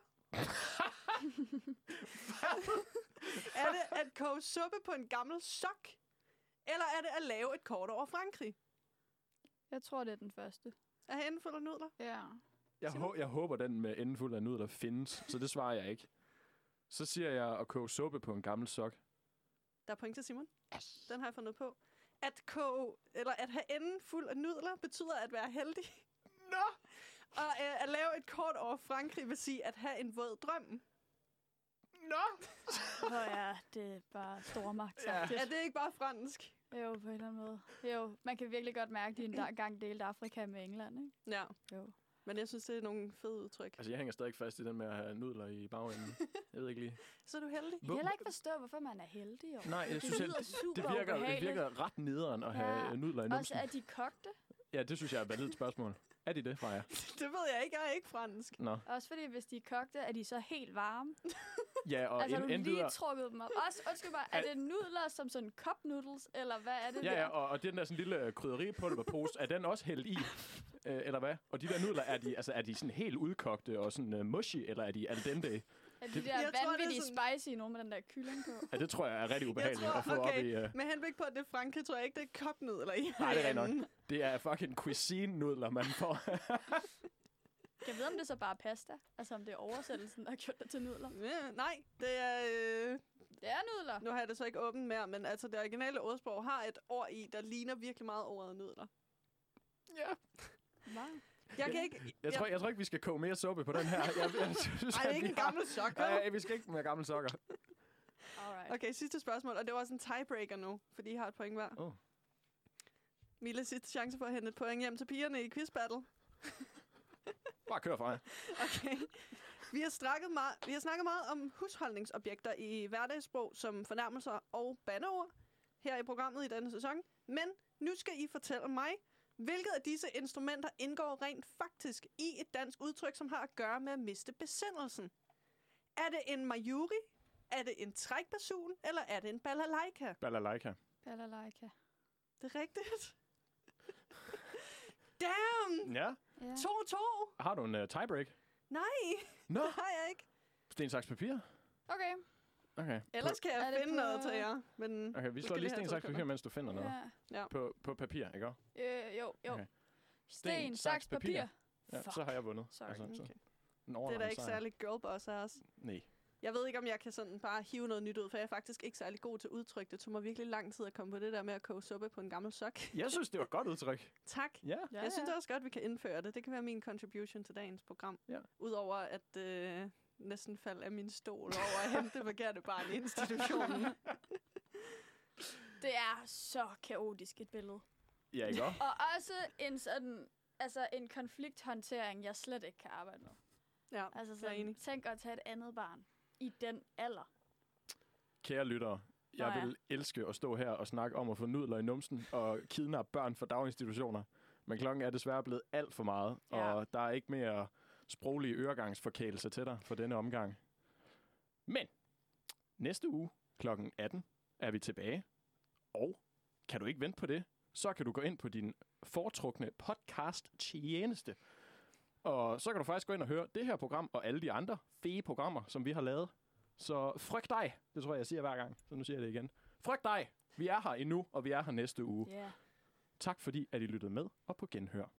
Er det at koge suppe på en gammel sok? Eller er det at lave et kort over Frankrig?
Jeg tror, det er den første.
At have enden fuld af nudler?
Ja.
Jeg, hå- jeg håber, den med enden fuld af nudler findes, så det svarer jeg ikke. Så siger jeg at koge suppe på en gammel sok.
Der er point til Simon. Den har jeg fundet på. At koge, eller at have enden fuld af nudler, betyder at være heldig.
Nå!
Og øh, at lave et kort over Frankrig vil sige at have en våd drøm.
Nå!
Åh ja, det er bare stormagt.
Ja.
Ja.
Er det ikke bare fransk?
Jo, på en eller anden måde. Jo, man kan virkelig godt mærke, at de en gang delte Afrika med England, ikke?
Ja.
Jo.
Men jeg synes, det er nogle fede udtryk.
Altså, jeg hænger stadig fast i den med at have nudler i bagenden. Jeg ved ikke lige.
Så er du heldig.
Jeg kan heller ikke forstå, hvorfor man er heldig. Jo.
Nej, jeg
det
synes,
lyder
at
super
det virker, det
ubehageligt.
virker ret nederen at have
Ja.
nudler i
Også
numsen.
er de kogte.
Ja, det synes jeg er et validt spørgsmål. Er de det, Freja?
Det ved jeg ikke. Jeg er ikke fransk.
Nå.
Også fordi, hvis de er kogte, er de så helt varme.
Ja, og
altså,
en,
har du
en
lige
videre...
trukket dem op. Også, undskyld mig, er det nudler som sådan cup noodles, eller hvad er det
Ja,
der?
ja, og, og den der sådan lille krydderipulverpose, er den også hældt i? Øh, eller hvad? Og de der nudler, er de, altså, er de sådan helt udkogte og sådan uh, mushy, eller er de al dente?
Er de
det-
der
Jeg tror, det er
vanvittige
sådan-
spicy, nogle med den der kylling på?
Ja, det tror jeg er rigtig ubehageligt
tror,
at få
okay.
op i... Uh...
Med henblik på, at det er Frankrig, tror jeg ikke, det er kopnudler i.
Nej, det er rigtig nok. Det er fucking cuisine-nudler, man får.
Jeg ved, om det så bare er pasta. Altså, om det er oversættelsen, der har gjort det til nudler.
Ja, nej, det er... Øh,
Det er nudler.
nu har jeg det så ikke åbent mere, men altså det originale ordsprog har et ord i, der ligner virkelig meget ordet nudler.
Ja.
Wow.
Jeg kan ikke...
Jeg tror, jeg tror ikke, vi skal koge mere suppe på den her. Jeg, jeg, jeg synes,
Ej, det er
at
ikke
vi
en
har-
gammel sok, vel?
Nej, vi skal ikke med gamle sokker.
Alright.
Okay, sidste spørgsmål, og det var også en tiebreaker nu, fordi I har et point hver.
Oh.
Mille, sidste chance for at hente et point hjem til pigerne i quiz battle.
Bare kør fra jer.
Okay. Vi har, snakket meget, vi har snakket meget om husholdningsobjekter i hverdagssprog som fornærmelser og bandeord her i programmet i denne sæson. Men nu skal I fortælle mig, hvilket af disse instrumenter indgår rent faktisk i et dansk udtryk, som har at gøre med at miste besindelsen. Er det en majuri? Er det en trækbasun? Eller er det en balalaika?
Balalaika.
Balalaika.
Det er rigtigt. Damn!
Ja.
Ja.
to to!
Har du en uh, tiebreak?
Nej,
Nå.
det har jeg ikke.
Sten, saks, papir?
Okay.
Okay.
Ellers kan
Er
jeg
det
finde
på-
noget til jer. Men
Okay, vi
Nu
slår
skal
lige
vi have
sten,
to
saks, papir,
sekunder.
mens du finder noget.
Ja.
Ja.
På, på papir, ikke?
Øh, jo, jo.
Okay.
Sten, saks, papir.
Ja,
Fuck.
så har jeg vundet.
Sorry.
Altså, så,
Okay.
en
Det er da
overlegen
ikke
sejr.
særlig girlboss af os.
Nej.
Jeg ved ikke, om jeg kan sådan bare hive noget nyt ud, for jeg er faktisk ikke særlig god til udtryk. Det tog mig virkelig lang tid at komme på det der med at koge suppe på en gammel sok.
Jeg synes, det var et godt udtryk.
Tak.
Ja.
Ja,
Jeg synes også godt, vi kan indføre det. Det kan være min contribution til dagens program.
Ja.
Udover at øh, næsten falde af min stol over at hente det forkerte barn i institutionen.
Det er så kaotisk et billede.
Ja, ikke også?
Og også en sådan, altså en konflikthåndtering, jeg slet ikke kan arbejde med.
Ja,
Altså
jeg er enig.
sådan, tænk at tage et andet barn i den alder.
Kære lyttere, jeg
Nå ja.
vil elske at stå her og snakke om at få nudler i numsen og kidnappe børn fra daginstitutioner. Men klokken er desværre blevet alt for meget,
Ja.
og der er ikke mere sproglige øregangsforkælelse til dig for denne omgang. Men næste uge klokken atten er vi tilbage, og kan du ikke vente på det, så kan du gå ind på din foretrukne podcast-tjeneste, og så kan du faktisk gå ind og høre det her program og alle de andre fede programmer, som vi har lavet. Så frygt dig. Det tror jeg, jeg siger hver gang. Så nu siger jeg det igen. Frygt dig. Vi er her endnu, og vi er her næste uge.
Ja. Yeah.
Tak fordi, at I lyttede med, og på genhør.